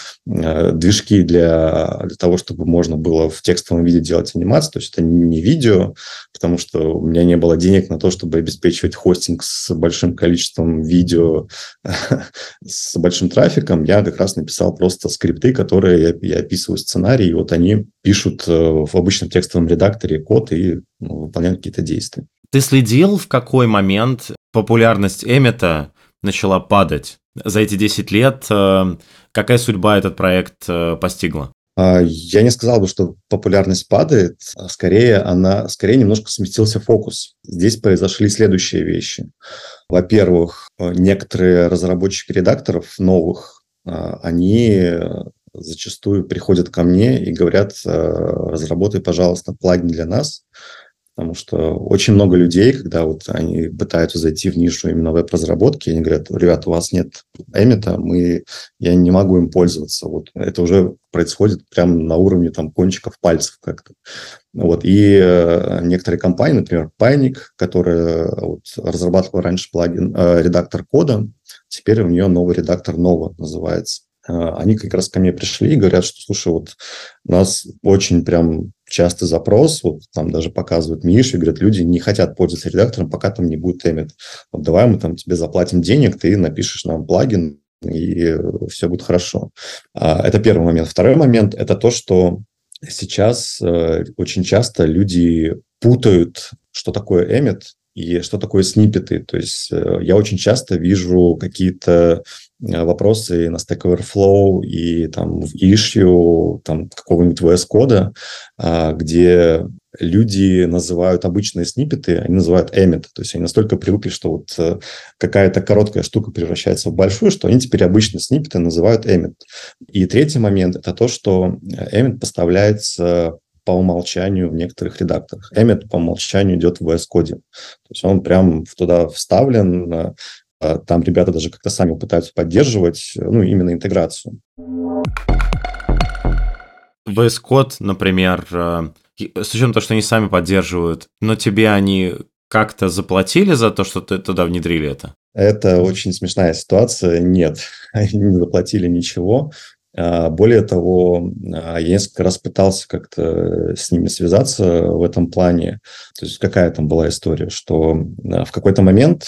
движки для того, чтобы можно было в текстовом виде делать анимацию, то есть это не видео, потому что у меня не было денег на то, чтобы обеспечивать хостинг с большим количеством видео, с большим трафиком. человеком, я как раз написал просто скрипты, которые я описываю сценарий, и вот они пишут в обычном текстовом редакторе код и выполняют какие-то действия. Ты следил, в какой момент популярность Эммета начала падать? За эти 10 лет какая судьба этот проект постигла? Я не сказал бы, что популярность падает, а скорее немножко сместился фокус. Здесь произошли следующие вещи. Во-первых, некоторые разработчики редакторов новых, они зачастую приходят ко мне и говорят: разработай, пожалуйста, плагин для нас. Потому что очень много людей, когда вот они пытаются зайти в нишу именно веб-разработки, они говорят: ребят, у вас нет Эммета, я не могу им пользоваться. Вот это уже происходит прямо на уровне там кончиков пальцев как-то. Вот. И некоторые компании, например, Panic, которая вот разрабатывала раньше плагин, редактор кода, теперь у нее новый редактор Nova называется. Они как раз ко мне пришли и говорят, что, слушай, вот у нас очень прям частый запрос, вот там даже показывают Мишу, и говорят, люди не хотят пользоваться редактором, пока там не будет Эммет. Вот давай мы там тебе заплатим денег, ты напишешь нам плагин, и все будет хорошо. Это первый момент. Второй момент – это то, что сейчас очень часто люди путают, что такое Эммет и что такое сниппеты. То есть я очень часто вижу какие-то вопросы на Stack Overflow и там в issue там, какого-нибудь VS-кода, где люди называют обычные сниппеты, они называют Emmet. То есть они настолько привыкли, что вот какая-то короткая штука превращается в большую, что они теперь обычные сниппеты называют Emmet. И третий момент – это то, что Emmet поставляется по умолчанию в некоторых редакторах. Emmet по умолчанию идет в VS-коде. То есть он прям туда вставлен. Там ребята даже как-то сами пытаются поддерживать, именно интеграцию. VS Code, например, с учетом того, что они сами поддерживают, но тебе они как-то заплатили за то, что ты туда внедрили это? Это очень смешная ситуация. Нет, они не заплатили ничего. Более того, я несколько раз пытался как-то с ними связаться в этом плане. То есть какая там была история, что в какой-то момент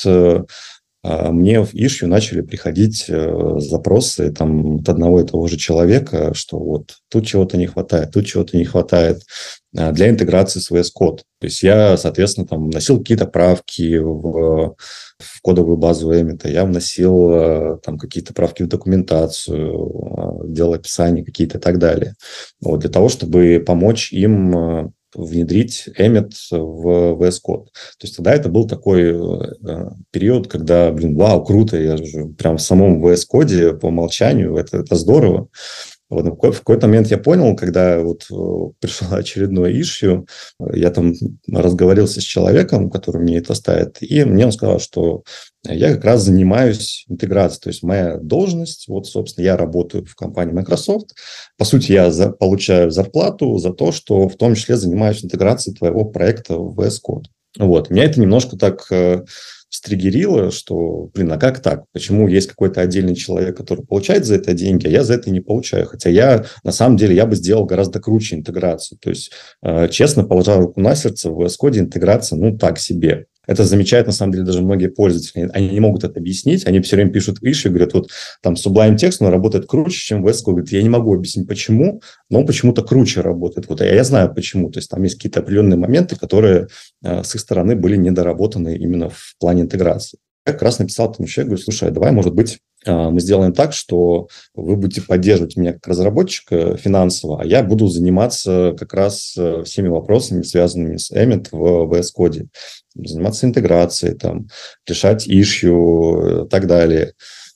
мне в issue начали приходить запросы там, от одного и того же человека, что вот тут чего-то не хватает, тут чего-то не хватает для интеграции с VS Code. То есть я, соответственно, там вносил какие-то правки в кодовую базу Эммета, я вносил там какие-то правки в документацию, делал описания какие-то и так далее. Вот, для того, чтобы помочь им внедрить Emmet в VS Code. То есть тогда это был такой период, когда, вау, круто, я же прям в самом VS Code по умолчанию, это здорово. Вот, в какой-то момент я понял, когда вот пришло очередное issue, я там разговорился с человеком, который мне это ставит, и мне он сказал, что я как раз занимаюсь интеграцией. То есть моя должность, вот, собственно, я работаю в компании Microsoft. По сути, я получаю зарплату за то, что в том числе занимаюсь интеграцией твоего проекта в VS Code. Вот. Меня это немножко так стригерило, что, а как так? Почему есть какой-то отдельный человек, который получает за это деньги, а я за это не получаю? Хотя на самом деле, я бы сделал гораздо круче интеграцию. То есть, честно, положа руку на сердце, в VS Code интеграция, так себе. Это замечают, на самом деле, даже многие пользователи. Они не могут это объяснить. Они все время пишут issue, говорят, вот там Sublime Text, он работает круче, чем VS Code. Говорят, я не могу объяснить, почему, но он почему-то круче работает. Вот, а я знаю, почему. То есть, там есть какие-то определенные моменты, которые с их стороны были недоработаны именно в плане интеграции. Я как раз написал этому человеку, говорю, слушай, давай, может быть, мы сделаем так, что вы будете поддерживать меня как разработчика финансово, а я буду заниматься как раз всеми вопросами, связанными с Emmet в VS Code. Заниматься интеграцией, там, решать issue и так далее.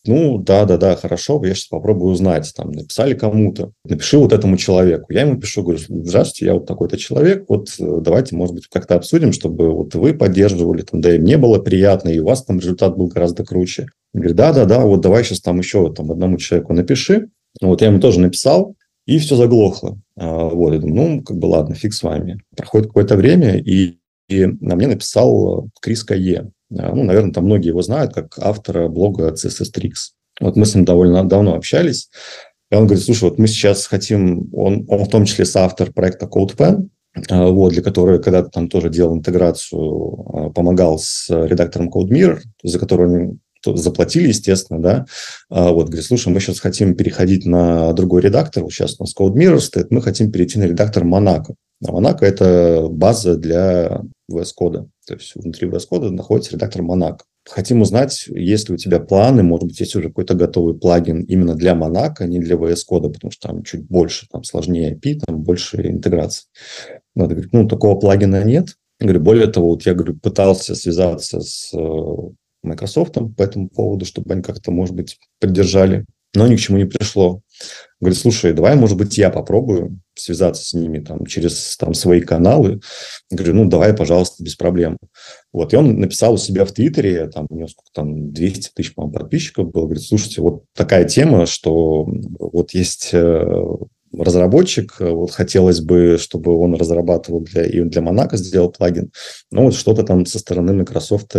Да, хорошо, я сейчас попробую узнать. Там, написали кому-то, напиши вот этому человеку. Я ему пишу, говорю, здравствуйте, я вот такой-то человек, вот давайте, может быть, как-то обсудим, чтобы вот вы поддерживали, там, да и мне было приятно, и у вас там результат был гораздо круче. Он говорит, да, вот давай сейчас там еще там, одному человеку напиши. Вот я ему тоже написал, и все заглохло. Вот, я думаю, ладно, фиг с вами. Проходит какое-то время, и на мне написал Крис Кайе. Наверное, там многие его знают, как автора блога CSS Tricks. Вот мы с ним довольно давно общались. И он говорит, слушай, вот мы сейчас хотим... Он в том числе соавтор проекта CodePen, вот, для которого когда-то там тоже делал интеграцию, помогал с редактором CodeMirror, за который заплатили, естественно, да. Вот, говорит, слушай, мы сейчас хотим переходить на другой редактор, вот сейчас у нас CodeMirror стоит, мы хотим перейти на редактор Monaco. А Monaco – это база для VS Code, то есть внутри VS Code находится редактор Monaco. Хотим узнать, есть ли у тебя планы, может быть, есть уже какой-то готовый плагин именно для Monaco, а не для VS Code, потому что там чуть больше, там сложнее API, там больше интеграции. Надо говорить, ну, такого плагина нет. Я говорю, более того, вот я говорю, пытался связаться с Microsoft по этому поводу, чтобы они как-то, может быть, поддержали, но ни к чему не пришло. Говорит, слушай, давай, может быть, я попробую связаться с ними там, через там, свои каналы. Я говорю, ну, давай, пожалуйста, без проблем. Вот, и он написал у себя в Твиттере, там, у него сколько там, 200 тысяч, по-моему, подписчиков было. Говорит, слушайте, вот такая тема, что вот есть разработчик, вот хотелось бы, чтобы он разрабатывал и для Monaco сделал плагин, но вот что-то там со стороны Microsoft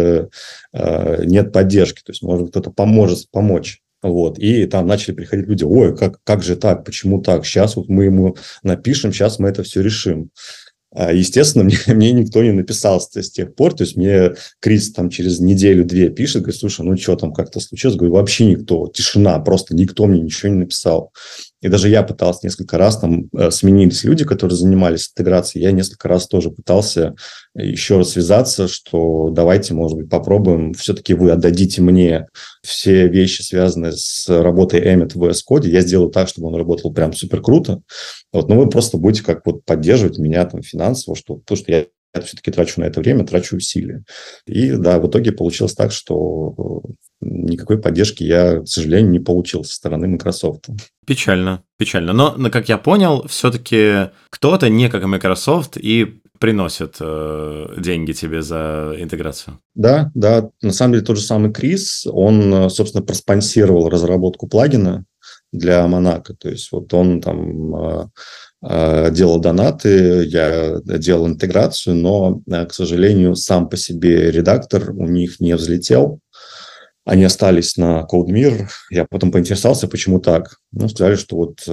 нет поддержки, то есть, может, кто-то поможет помочь. Вот, и там начали приходить люди, ой, как же так, почему так, сейчас вот мы ему напишем, сейчас мы это все решим. Естественно, мне никто не написал с тех пор, то есть мне Крис там через неделю-две пишет, говорит, слушай, ну что там как-то случилось, говорю, вообще никто, тишина, просто никто мне ничего не написал. И даже я пытался несколько раз, там сменились люди, которые занимались интеграцией, я несколько раз тоже пытался еще раз связаться, что давайте, может быть, попробуем, все-таки вы отдадите мне все вещи, связанные с работой Emmet в VS Code, я сделаю так, чтобы он работал прям супер круто, вот, но вы просто будете как вот поддерживать меня там финансово, потому что я все-таки трачу на это время, трачу усилия. И да, в итоге получилось так, что никакой поддержки я, к сожалению, не получил со стороны Microsoft. Печально, печально. Но, как я понял, все-таки кто-то, не как Microsoft, и приносит деньги тебе за интеграцию. Да, на самом деле тот же самый Крис, он, собственно, проспонсировал разработку плагина для Monaco. То есть вот он там делал донаты, я делал интеграцию, но, к сожалению, сам по себе редактор у них не взлетел. Они остались на CodeMirror. Я потом поинтересовался, почему так. Ну, сказали, что вот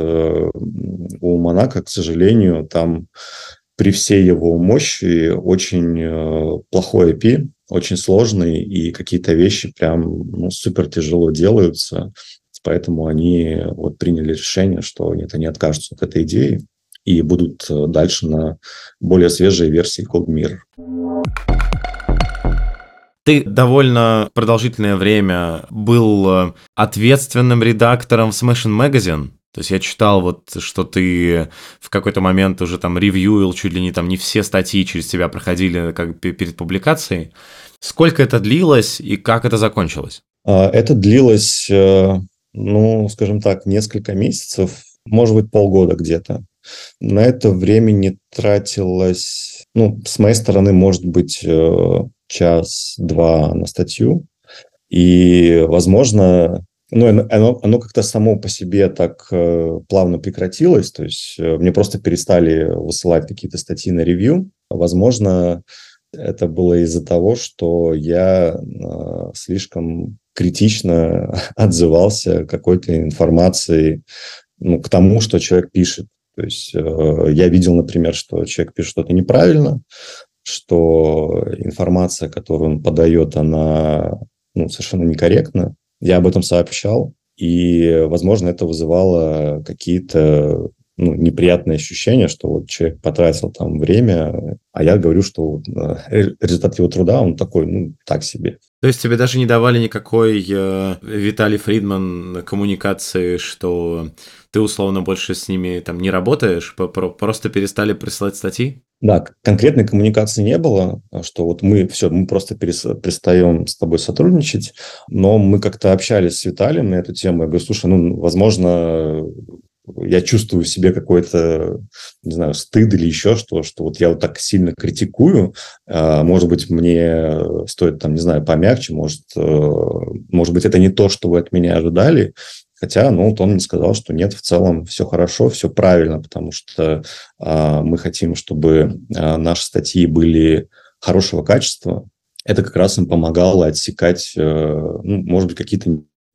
у Monaco, к сожалению, там при всей его мощи очень плохой API, очень сложный, и какие-то вещи прям супер тяжело делаются. Поэтому они вот приняли решение, что нет, они откажутся от этой идеи и будут дальше на более свежей версии CodeMirror. Ты довольно продолжительное время был ответственным редактором в Smashing Magazine. То есть я читал, вот, что ты в какой-то момент уже там ревьюил, чуть ли не все статьи через тебя проходили как перед публикацией. Сколько это длилось и как это закончилось? Это длилось, скажем так, несколько месяцев, может быть, полгода где-то. На это времени тратилось, с моей стороны, может быть, час-два на статью. И, возможно, оно как-то само по себе так плавно прекратилось. То есть мне просто перестали высылать какие-то статьи на ревью. Возможно, это было из-за того, что я слишком критично отзывался какой-то информацией к тому, что человек пишет. То есть я видел, например, что человек пишет что-то неправильно, что информация, которую он подает, она совершенно некорректна. Я об этом сообщал, и, возможно, это вызывало какие-то неприятные ощущения, что вот человек потратил там время, а я говорю, что результат его труда, он такой, так себе. То есть тебе даже не давали никакой Виталий Фридман коммуникации, что ты условно больше с ними там не работаешь, просто перестали присылать статьи? Да, конкретной коммуникации не было, что вот мы просто перестаем с тобой сотрудничать, но мы как-то общались с Виталием на эту тему. Я говорю, слушай, возможно, я чувствую в себе какой-то, не знаю, стыд или еще что вот я вот так сильно критикую, может быть, мне стоит там, не знаю, помягче, может быть, это не то, что вы от меня ожидали. Хотя, вот он мне сказал, что нет, в целом все хорошо, все правильно, потому что мы хотим, чтобы наши статьи были хорошего качества. Это как раз им помогало отсекать, может быть, какие-то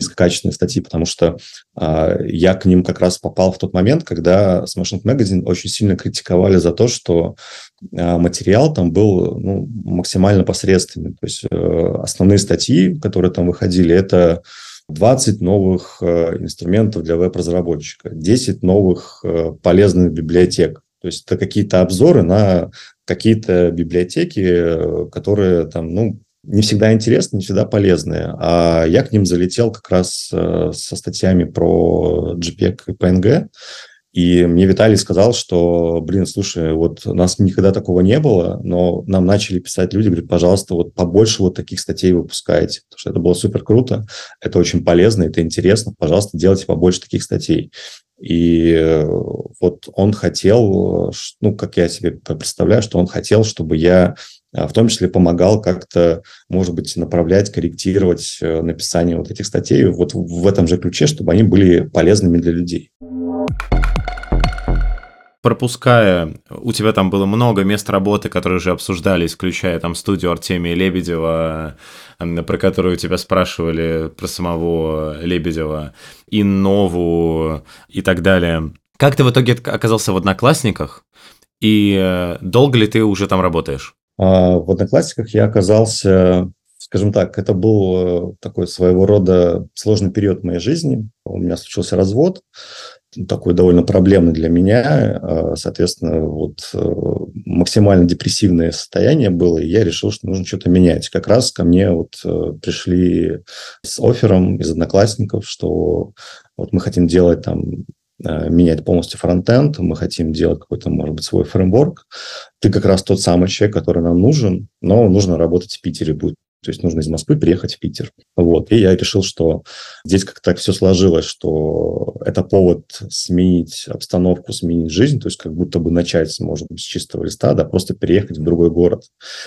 низкокачественные статьи, потому что я к ним как раз попал в тот момент, когда Smashing Magazine очень сильно критиковали за то, что материал там был максимально посредственный. То есть основные статьи, которые там выходили, это 20 новых инструментов для веб-разработчика, 10 новых полезных библиотек. То есть это какие-то обзоры на какие-то библиотеки, которые там, не всегда интересны, не всегда полезные. А я к ним залетел как раз со статьями про JPEG и PNG. И мне Виталий сказал, что, слушай, вот у нас никогда такого не было, но нам начали писать люди, говорят, пожалуйста, вот побольше вот таких статей выпускайте, потому что это было супер круто, это очень полезно, это интересно, пожалуйста, делайте побольше таких статей. И вот он хотел, как я себе представляю, что он хотел, чтобы я в том числе помогал как-то, может быть, направлять, корректировать написание вот этих статей вот в этом же ключе, чтобы они были полезными для людей. Пропуская, у тебя там было много мест работы, которые уже обсуждались, включая там студию Артемия Лебедева, про которую тебя спрашивали, про самого Лебедева, и Нову и так далее. Как ты в итоге оказался в «Одноклассниках», и долго ли ты уже там работаешь? В «Одноклассниках» я оказался, скажем так, это был такой своего рода сложный период в моей жизни. У меня случился развод, такой довольно проблемный для меня. Соответственно, максимально депрессивное состояние было, и я решил, что нужно что-то менять. Как раз ко мне пришли с оффером из «Одноклассников», что мы хотим делать там, менять полностью фронтенд, мы хотим делать какой-то, может быть, свой фреймворк. Ты как раз тот самый человек, который нам нужен, но нужно работать в Питере будет. То есть нужно из Москвы приехать в Питер. И я решил, что здесь как-то так все сложилось, что это повод сменить обстановку, сменить жизнь, то есть как будто бы начать, может быть, с чистого листа, да, просто переехать в другой город.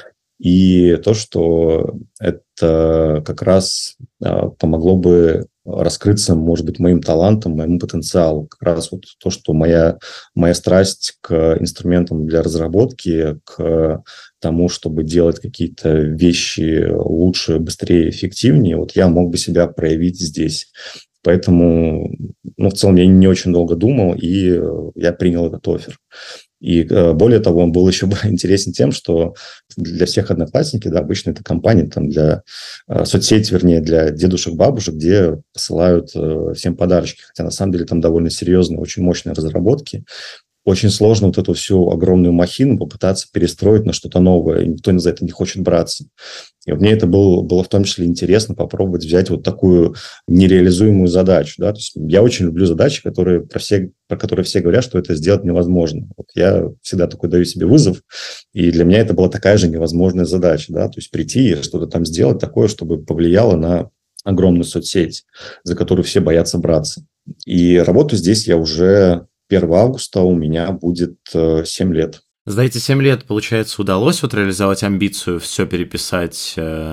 И то, что это как раз помогло бы раскрыться, может быть, моим талантом, моему потенциалу. Как раз то, что моя страсть к инструментам для разработки, к тому, чтобы делать какие-то вещи лучше, быстрее, эффективнее, я мог бы себя проявить здесь. Поэтому, в целом, я не очень долго думал, и я принял этот оффер. И более того, он был еще интересен тем, что для всех «Одноклассники», да, обычно это компания там, для соцсети, вернее, для дедушек, бабушек, где посылают всем подарочки. Хотя на самом деле там довольно серьезные, очень мощные разработки. Очень сложно эту всю огромную махину попытаться перестроить на что-то новое, и никто за это не хочет браться. И мне это было в том числе интересно попробовать взять такую нереализуемую задачу. Да? То есть я очень люблю задачи, про которые все говорят, что это сделать невозможно. Я всегда такой даю себе вызов, и для меня это была такая же невозможная задача. Да? То есть прийти и что-то там сделать такое, чтобы повлияло на огромную соцсеть, за которую все боятся браться. И работаю здесь я уже 1 августа, у меня будет 7 лет. За эти 7 лет, получается, удалось реализовать амбицию, все переписать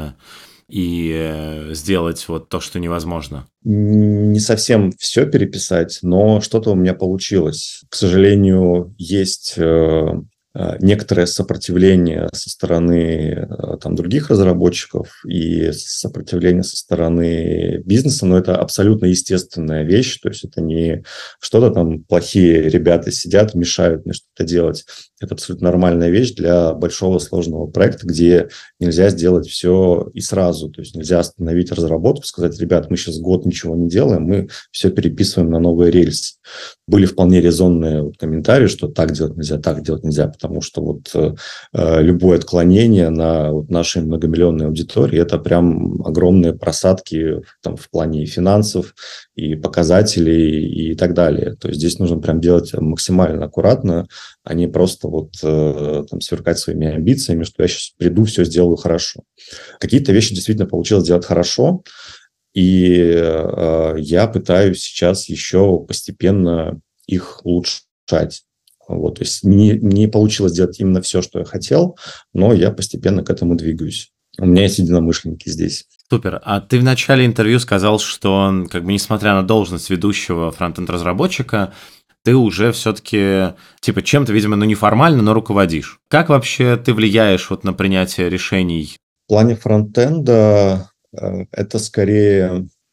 и сделать то, что невозможно? Не совсем все переписать, но что-то у меня получилось. К сожалению, есть некоторое сопротивление со стороны других разработчиков и сопротивление со стороны бизнеса, но это абсолютно естественная вещь, то есть это не что-то там плохие ребята сидят, мешают мне что-то делать. Это абсолютно нормальная вещь для большого сложного проекта, где нельзя сделать все и сразу, то есть нельзя остановить разработку, сказать, ребят, мы сейчас год ничего не делаем, мы все переписываем на новые рельсы. Были вполне резонные комментарии, что так делать нельзя, потому что любое отклонение на нашей многомиллионной аудитории – это прям огромные просадки в плане и финансов, и показателей, и так далее. То есть здесь нужно прям делать максимально аккуратно, а не просто сверкать своими амбициями, что я сейчас приду, все сделаю хорошо. Какие-то вещи действительно получилось сделать хорошо, и я пытаюсь сейчас еще постепенно их улучшать. То есть не получилось сделать именно все, что я хотел, но я постепенно к этому двигаюсь. У меня есть единомышленники здесь. Супер. А ты в начале интервью сказал, что, несмотря на должность ведущего фронтенд-разработчика, ты уже все-таки, чем-то, видимо, неформально, но руководишь. Как вообще ты влияешь на принятие решений? В плане фронтенда это скорее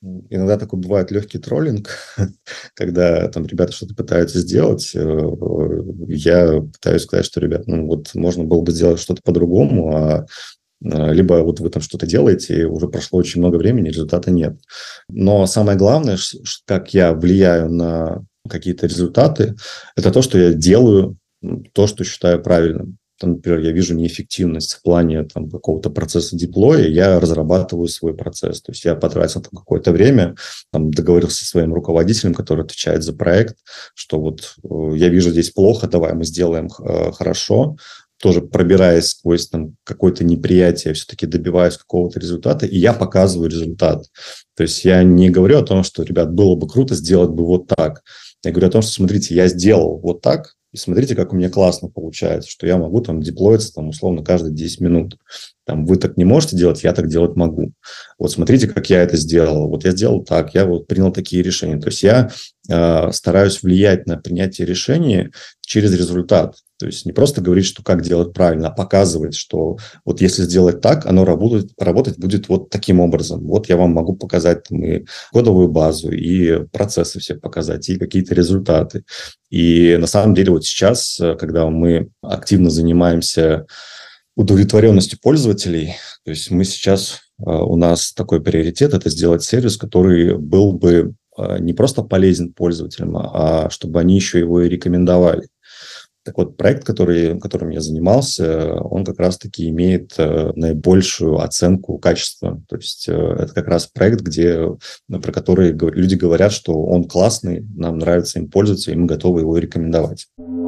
Иногда такой бывает легкий троллинг, когда там ребята что-то пытаются сделать. Я пытаюсь сказать, что, ребят, ну вот можно было бы сделать что-то по-другому, либо вот вы там что-то делаете, и уже прошло очень много времени, результата нет. Но самое главное, как я влияю на какие-то результаты, это то, что я делаю, то, что считаю правильным. Там, например, я вижу неэффективность в плане там, какого-то процесса деплоя, я разрабатываю свой процесс. То есть я потратил там какое-то время, там, договорился со своим руководителем, который отвечает за проект, что вот я вижу здесь плохо, давай мы сделаем хорошо, тоже пробираясь сквозь там, какое-то неприятие, все-таки добиваюсь какого-то результата, и я показываю результат. То есть я не говорю о том, что, ребят, было бы круто сделать бы вот так. Я говорю о том, что, смотрите, я сделал вот так, и смотрите, как у меня классно получается, что я могу там деплоиться там, условно каждые 10 минут. Там, вы так не можете делать, я так делать могу. Вот смотрите, как я это сделал. Вот я сделал так, я вот принял такие решения. То есть я стараюсь влиять на принятие решения через результат. То есть не просто говорить, что как делать правильно, а показывать, что вот если сделать так, оно работать будет вот таким образом. Вот я вам могу показать там, и кодовую базу, и процессы все показать, и какие-то результаты. И на самом деле вот сейчас, когда мы активно занимаемся удовлетворенностью пользователей, то есть мы сейчас, у нас такой приоритет – это сделать сервис, который был бы не просто полезен пользователям, а чтобы они еще его и рекомендовали. Так вот, проект, которым я занимался, он как раз-таки имеет наибольшую оценку качества. То есть это как раз проект, про который люди говорят, что он классный, нам нравится им пользоваться, и мы готовы его рекомендовать.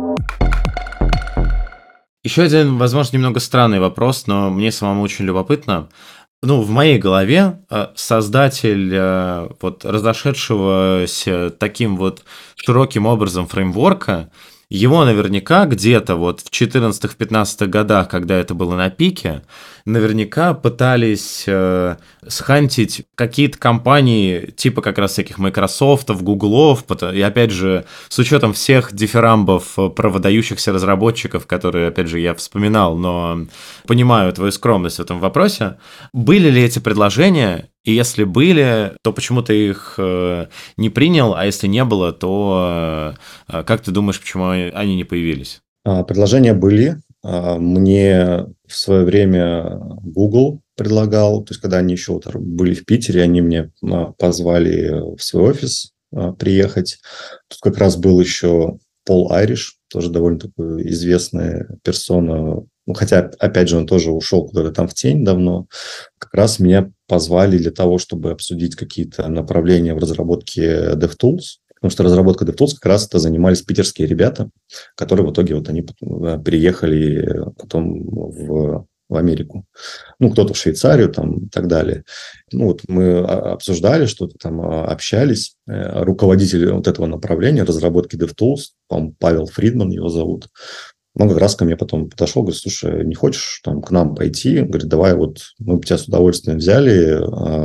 Еще один, возможно, немного странный вопрос, но мне самому очень любопытно. Ну, в моей голове создатель вот разошедшегося таким вот широким образом фреймворка, его наверняка где-то вот в 14-15 годах, когда это было на пике, наверняка пытались схантить какие-то компании, типа как раз всяких Microsoft, Гуглов, и опять же, с учетом всех дифирамбов про выдающихся разработчиков, которые, опять же, я вспоминал, но понимаю твою скромность в этом вопросе, были ли эти предложения? И если были, то почему ты их не принял, а если не было, то как ты думаешь, почему они не появились? Предложения были. Мне в свое время Google предлагал, то есть когда они еще вот были в Питере, они мне позвали в свой офис приехать. Тут как раз был еще Пол Айриш, тоже довольно такая известная персона. Ну, хотя, опять же, он тоже ушел куда-то там в тень давно. Как раз меня позвали для того, чтобы обсудить какие-то направления в разработке DevTools. Потому что разработкой DevTools как раз это занимались питерские ребята, которые в итоге вот они переехали потом в Америку. Ну, кто-то в Швейцарию там и так далее. Ну, вот мы обсуждали что-то там, общались. Руководитель вот этого направления разработки DevTools, по-моему, Павел Фридман его зовут, он как раз ко мне потом подошел, говорит, слушай, не хочешь там к нам пойти? Говорит, давай вот мы бы тебя с удовольствием взяли,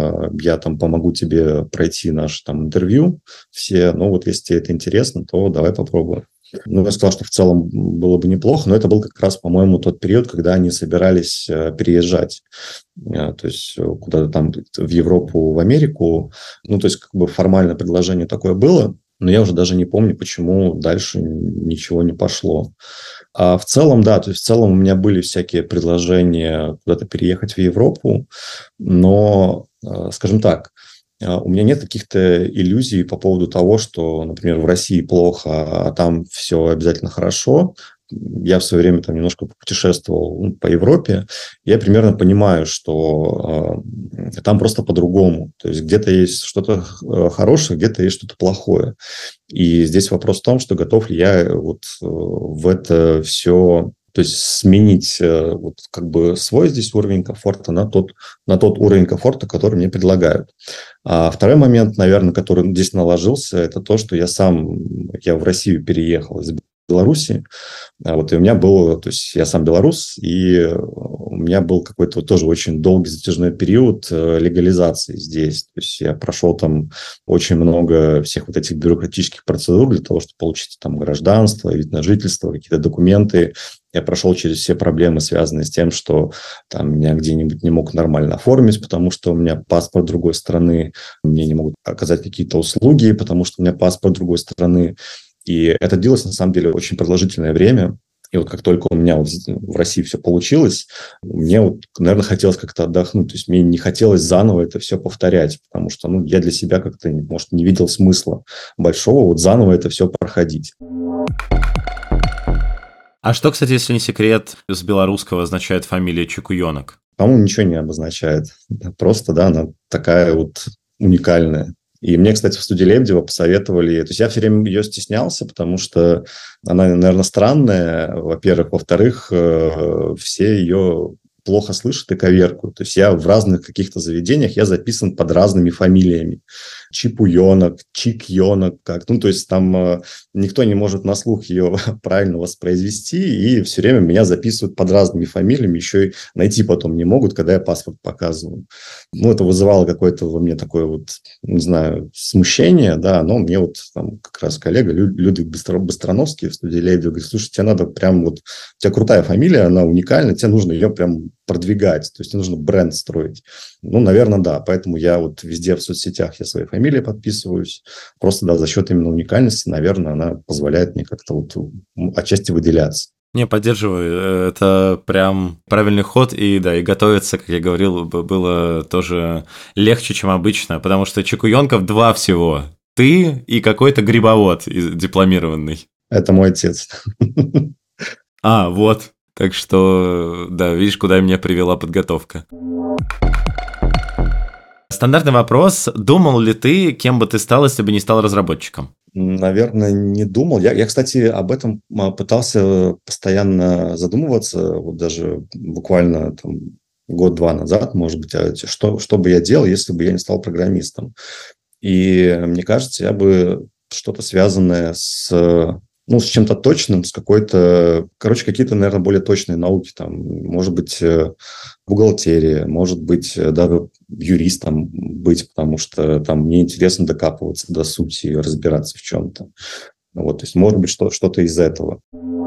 я там помогу тебе пройти наше там интервью все, ну вот если тебе это интересно, то давай попробуем. Ну, я сказал, что в целом было бы неплохо, но это был как раз, по-моему, тот период, когда они собирались переезжать, то есть куда-то там в Европу, в Америку. Ну, то есть как бы формальное предложение такое было, но я уже даже не помню, почему дальше ничего не пошло. А в целом, да, то есть в целом у меня были всякие предложения куда-то переехать в Европу, но, скажем так, у меня нет каких-то иллюзий по поводу того, что, например, в России плохо, а там все обязательно хорошо. Я в свое время там немножко путешествовал по Европе. Я примерно понимаю, что там просто по-другому. То есть где-то есть что-то хорошее, где-то есть что-то плохое. И здесь вопрос в том, что готов ли я вот в это все, то есть сменить вот как бы свой здесь уровень комфорта на тот уровень комфорта, который мне предлагают. А второй момент, наверное, который здесь наложился, это то, что я в Россию переехал из Беларуси. И у меня был, то есть я сам белорус, и у меня был какой-то тоже очень долгий затяжной период легализации здесь. То есть я прошел там очень много всех вот этих бюрократических процедур для того, чтобы получить там гражданство, вид на жительство, какие-то документы. Я прошел через все проблемы, связанные с тем, что там меня где-нибудь не мог нормально оформить, потому что у меня паспорт другой страны, мне не могут оказать какие-то услуги, потому что у меня паспорт другой страны. И это длилось, на самом деле, очень продолжительное время. И вот как только у меня в России все получилось, мне наверное, хотелось как-то отдохнуть. То есть мне не хотелось заново это все повторять, потому что я для себя как-то, может, не видел смысла большого заново это все проходить. А что, кстати, если не секрет, с белорусского означает фамилия Чекуёнок? По-моему, ничего не обозначает. Просто, она такая уникальная. И мне, кстати, в студии Лебедева посоветовали... То есть я все время ее стеснялся, потому что она, наверное, странная, во-первых. Во-вторых, все ее плохо слышат и коверкают. То есть я в разных каких-то заведениях, я записан под разными фамилиями. Чипуёнок, Чикьёнок, то есть там никто не может на слух ее правильно воспроизвести, и все время меня записывают под разными фамилиями, еще и найти потом не могут, когда я паспорт показываю. Это вызывало какое-то во мне такое не знаю, смущение, но мне там как раз коллега Людвиг Быстроновский в студии Лебедева говорит: слушай, тебе надо прям у тебя крутая фамилия, она уникальна, тебе нужно ее прям продвигать, то есть тебе нужно бренд строить. Наверное, да, поэтому я везде в соцсетях я своей фамилией подписываюсь. Просто, за счет именно уникальности, наверное, она позволяет мне как-то отчасти выделяться. Не, поддерживаю. Это прям правильный ход. И готовиться, как я говорил, было тоже легче, чем обычно, потому что Чекуёнков два всего. Ты и какой-то грибовод дипломированный. Это мой отец. Вот. Так что, видишь, куда меня привела подготовка. Стандартный вопрос. Думал ли ты, кем бы ты стал, если бы не стал разработчиком? Наверное, не думал. Я, кстати, об этом пытался постоянно задумываться, даже буквально год-два назад, может быть, что бы я делал, если бы я не стал программистом. И мне кажется, я бы что-то связанное с чем-то точным, с какие-то, наверное, более точные науки, может быть, бухгалтерия, может быть, даже юристом быть, потому что мне интересно докапываться до сути, разбираться в чем-то. То есть, может быть, что-то из этого.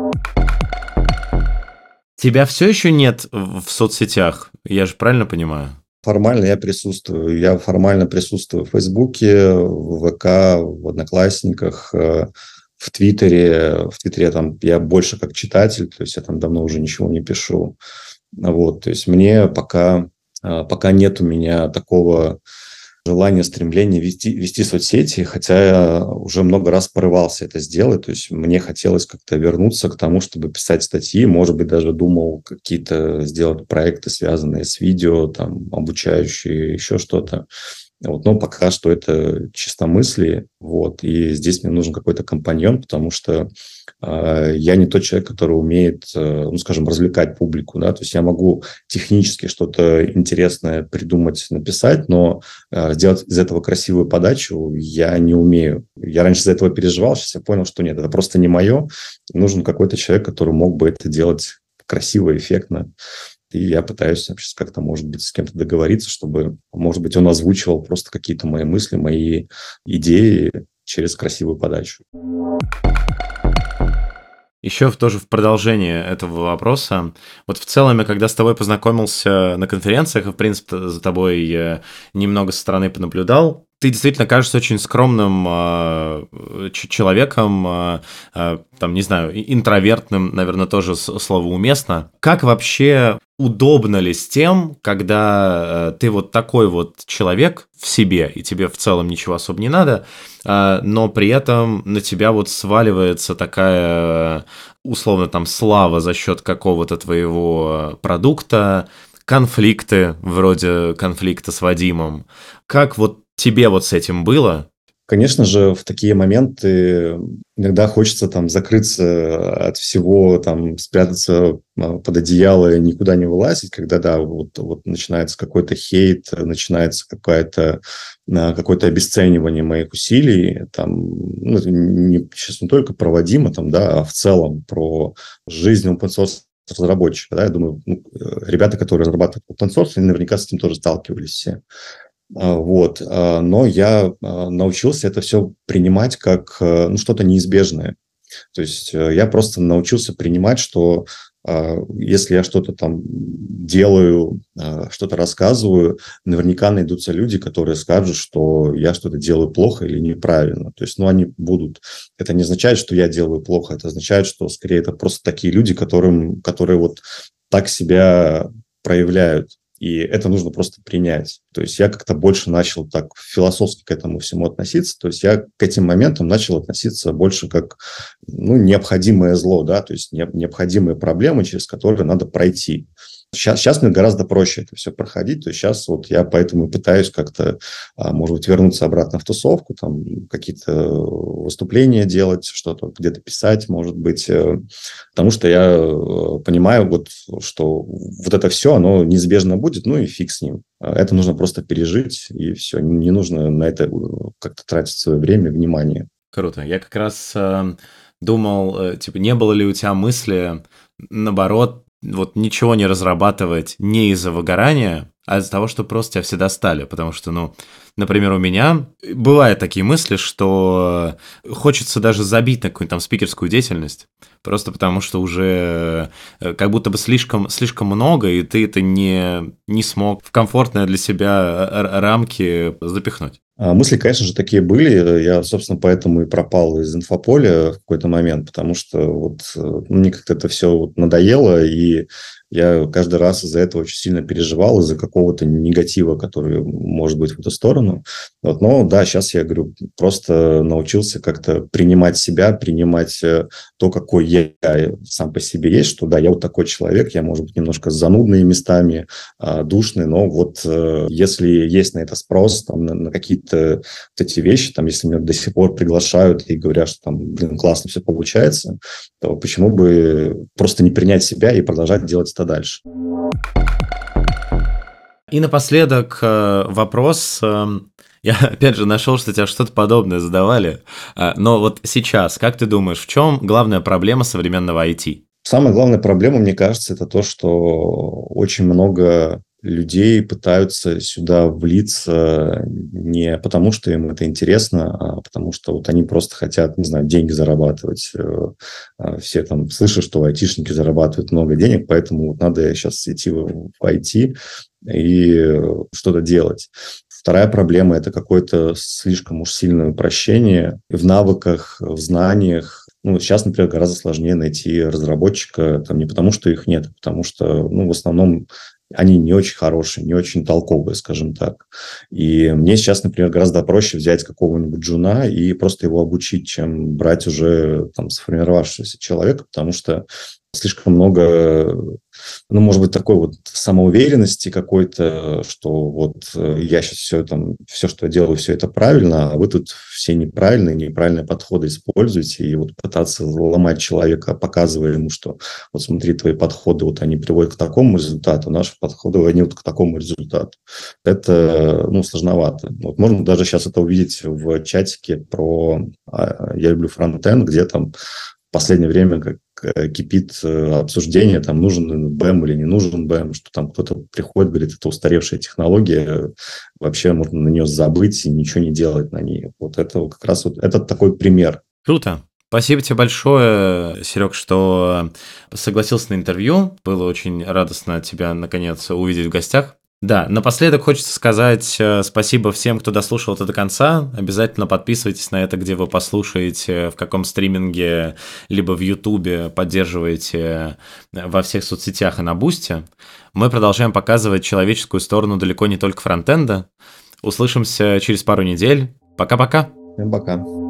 Тебя все еще нет в соцсетях, я же правильно понимаю? Формально я присутствую. Я формально присутствую в Фейсбуке, в ВК, в Одноклассниках, в Твиттере. В Твиттере я больше как читатель, то есть я там давно уже ничего не пишу. То есть мне пока нет у меня такого желания, стремления вести соцсети, хотя я уже много раз порывался это сделать. То есть мне хотелось как-то вернуться к тому, чтобы писать статьи. Может быть, даже думал какие-то сделать проекты, связанные с видео, обучающие, еще что-то. Но пока что это чисто мысли. И здесь мне нужен какой-то компаньон, потому что я не тот человек, который умеет, скажем, развлекать публику. То есть я могу технически что-то интересное придумать, написать, но сделать из этого красивую подачу я не умею. Я раньше из-за этого переживал, сейчас я понял, что нет, это просто не мое. Нужен какой-то человек, который мог бы это делать красиво, эффектно. И я пытаюсь сейчас как-то, может быть, с кем-то договориться, чтобы, может быть, он озвучивал просто какие-то мои мысли, мои идеи через красивую подачу. Еще тоже в продолжение этого вопроса. В целом, я когда с тобой познакомился на конференциях, и, в принципе, за тобой немного со стороны понаблюдал, ты действительно кажешься очень скромным человеком, не знаю, интровертным, наверное, тоже слово уместно. Как вообще удобно ли с тем, когда ты такой человек в себе, и тебе в целом ничего особо не надо, но при этом на тебя сваливается такая, условно, слава за счет какого-то твоего продукта, конфликты, вроде конфликта с Вадимом. Как тебе с этим было? Конечно же, в такие моменты иногда хочется там закрыться от всего, там спрятаться под одеяло и никуда не вылазить, когда, да, вот начинается какой-то хейт, начинается какое-то обесценивание моих усилий, там, ну, это сейчас не только про Вадима, там, да, а в целом про жизнь open source разработчика, да, я думаю, ребята, которые разрабатывают open source, они наверняка с этим тоже сталкивались все. Вот. Но я научился это все принимать как что-то неизбежное. То есть я просто научился принимать, что если я что-то там делаю, что-то рассказываю, наверняка найдутся люди, которые скажут, что я что-то делаю плохо или неправильно. То есть, они будут. Это не означает, что я делаю плохо, это означает, что скорее это просто такие люди, которые вот так себя проявляют. И это нужно просто принять. То есть я как-то больше начал так философски к этому всему относиться. То есть я к этим моментам начал относиться больше как необходимое зло, да, то есть необходимые проблемы, через которые надо пройти. Сейчас мне гораздо проще это все проходить. То есть сейчас вот я поэтому пытаюсь как-то, может быть, вернуться обратно в тусовку, там какие-то выступления делать, что-то где-то писать, может быть. Потому что я понимаю, вот, что вот это все, оно неизбежно будет, и фиг с ним. Это нужно просто пережить, и все. Не нужно на это как-то тратить свое время, внимание. Круто. Я как раз думал, не было ли у тебя мысли, наоборот, вот ничего не разрабатывать не из-за выгорания, а из-за того, что просто тебя все достали. Потому что, например, у меня бывают такие мысли, что хочется даже забить на какую-нибудь там спикерскую деятельность, просто потому что уже как будто бы слишком много, и ты это не смог в комфортные для себя рамки запихнуть. Мысли, конечно же, такие были. Я, собственно, поэтому и пропал из инфополя в какой-то момент, потому что мне как-то это все надоело, и я каждый раз из-за этого очень сильно переживал, из-за какого-то негатива, который может быть в эту сторону. Но да, сейчас я говорю, просто научился как-то принимать себя, принимать то, какой я сам по себе есть, что да, я вот такой человек, я, может быть, немножко занудный местами, душный, но если есть на это спрос, там, на какие-то вот эти вещи, там, если меня до сих пор приглашают и говорят, что там, классно все получается, то почему бы просто не принять себя и продолжать делать это дальше. И напоследок вопрос. Я, опять же, нашел, что тебя что-то подобное задавали. Но вот сейчас, как ты думаешь, в чем главная проблема современного IT? Самая главная проблема, мне кажется, это то, что очень много людей пытаются сюда влиться не потому, что им это интересно, а потому что они просто хотят, не знаю, деньги зарабатывать. Все там слышат, что айтишники зарабатывают много денег, поэтому надо сейчас идти в IT и что-то делать. Вторая проблема – это какое-то слишком уж сильное упрощение в навыках, в знаниях. Сейчас, например, гораздо сложнее найти разработчика, не потому, что их нет, а потому что, в основном, они не очень хорошие, не очень толковые, скажем так. И мне сейчас, например, гораздо проще взять какого-нибудь джуна и просто его обучить, чем брать уже сформировавшегося человека, потому что слишком много, может быть, такой самоуверенности какой-то, что я сейчас все, что я делаю, все это правильно, а вы тут все неправильные подходы используете, и пытаться ломать человека, показывая ему, что смотри, твои подходы, они приводят к такому результату, наши подходы, они к такому результату. Это, сложновато. Можно даже сейчас это увидеть в чатике про «Я люблю фронтенд», где в последнее время кипит обсуждение, нужен БЭМ или не нужен БЭМ, что кто-то приходит, говорит, это устаревшая технология, вообще можно на нее забыть и ничего не делать на ней. Это как раз это такой пример. Круто. Спасибо тебе большое, Серег, что согласился на интервью. Было очень радостно тебя, наконец, увидеть в гостях. Да, напоследок хочется сказать спасибо всем, кто дослушал это до конца. Обязательно подписывайтесь на это, где вы послушаете, в каком стриминге, либо в Ютубе, поддерживайте во всех соцсетях и на Бусте. Мы продолжаем показывать человеческую сторону далеко не только фронтенда. Услышимся через пару недель. Пока-пока. Всем пока.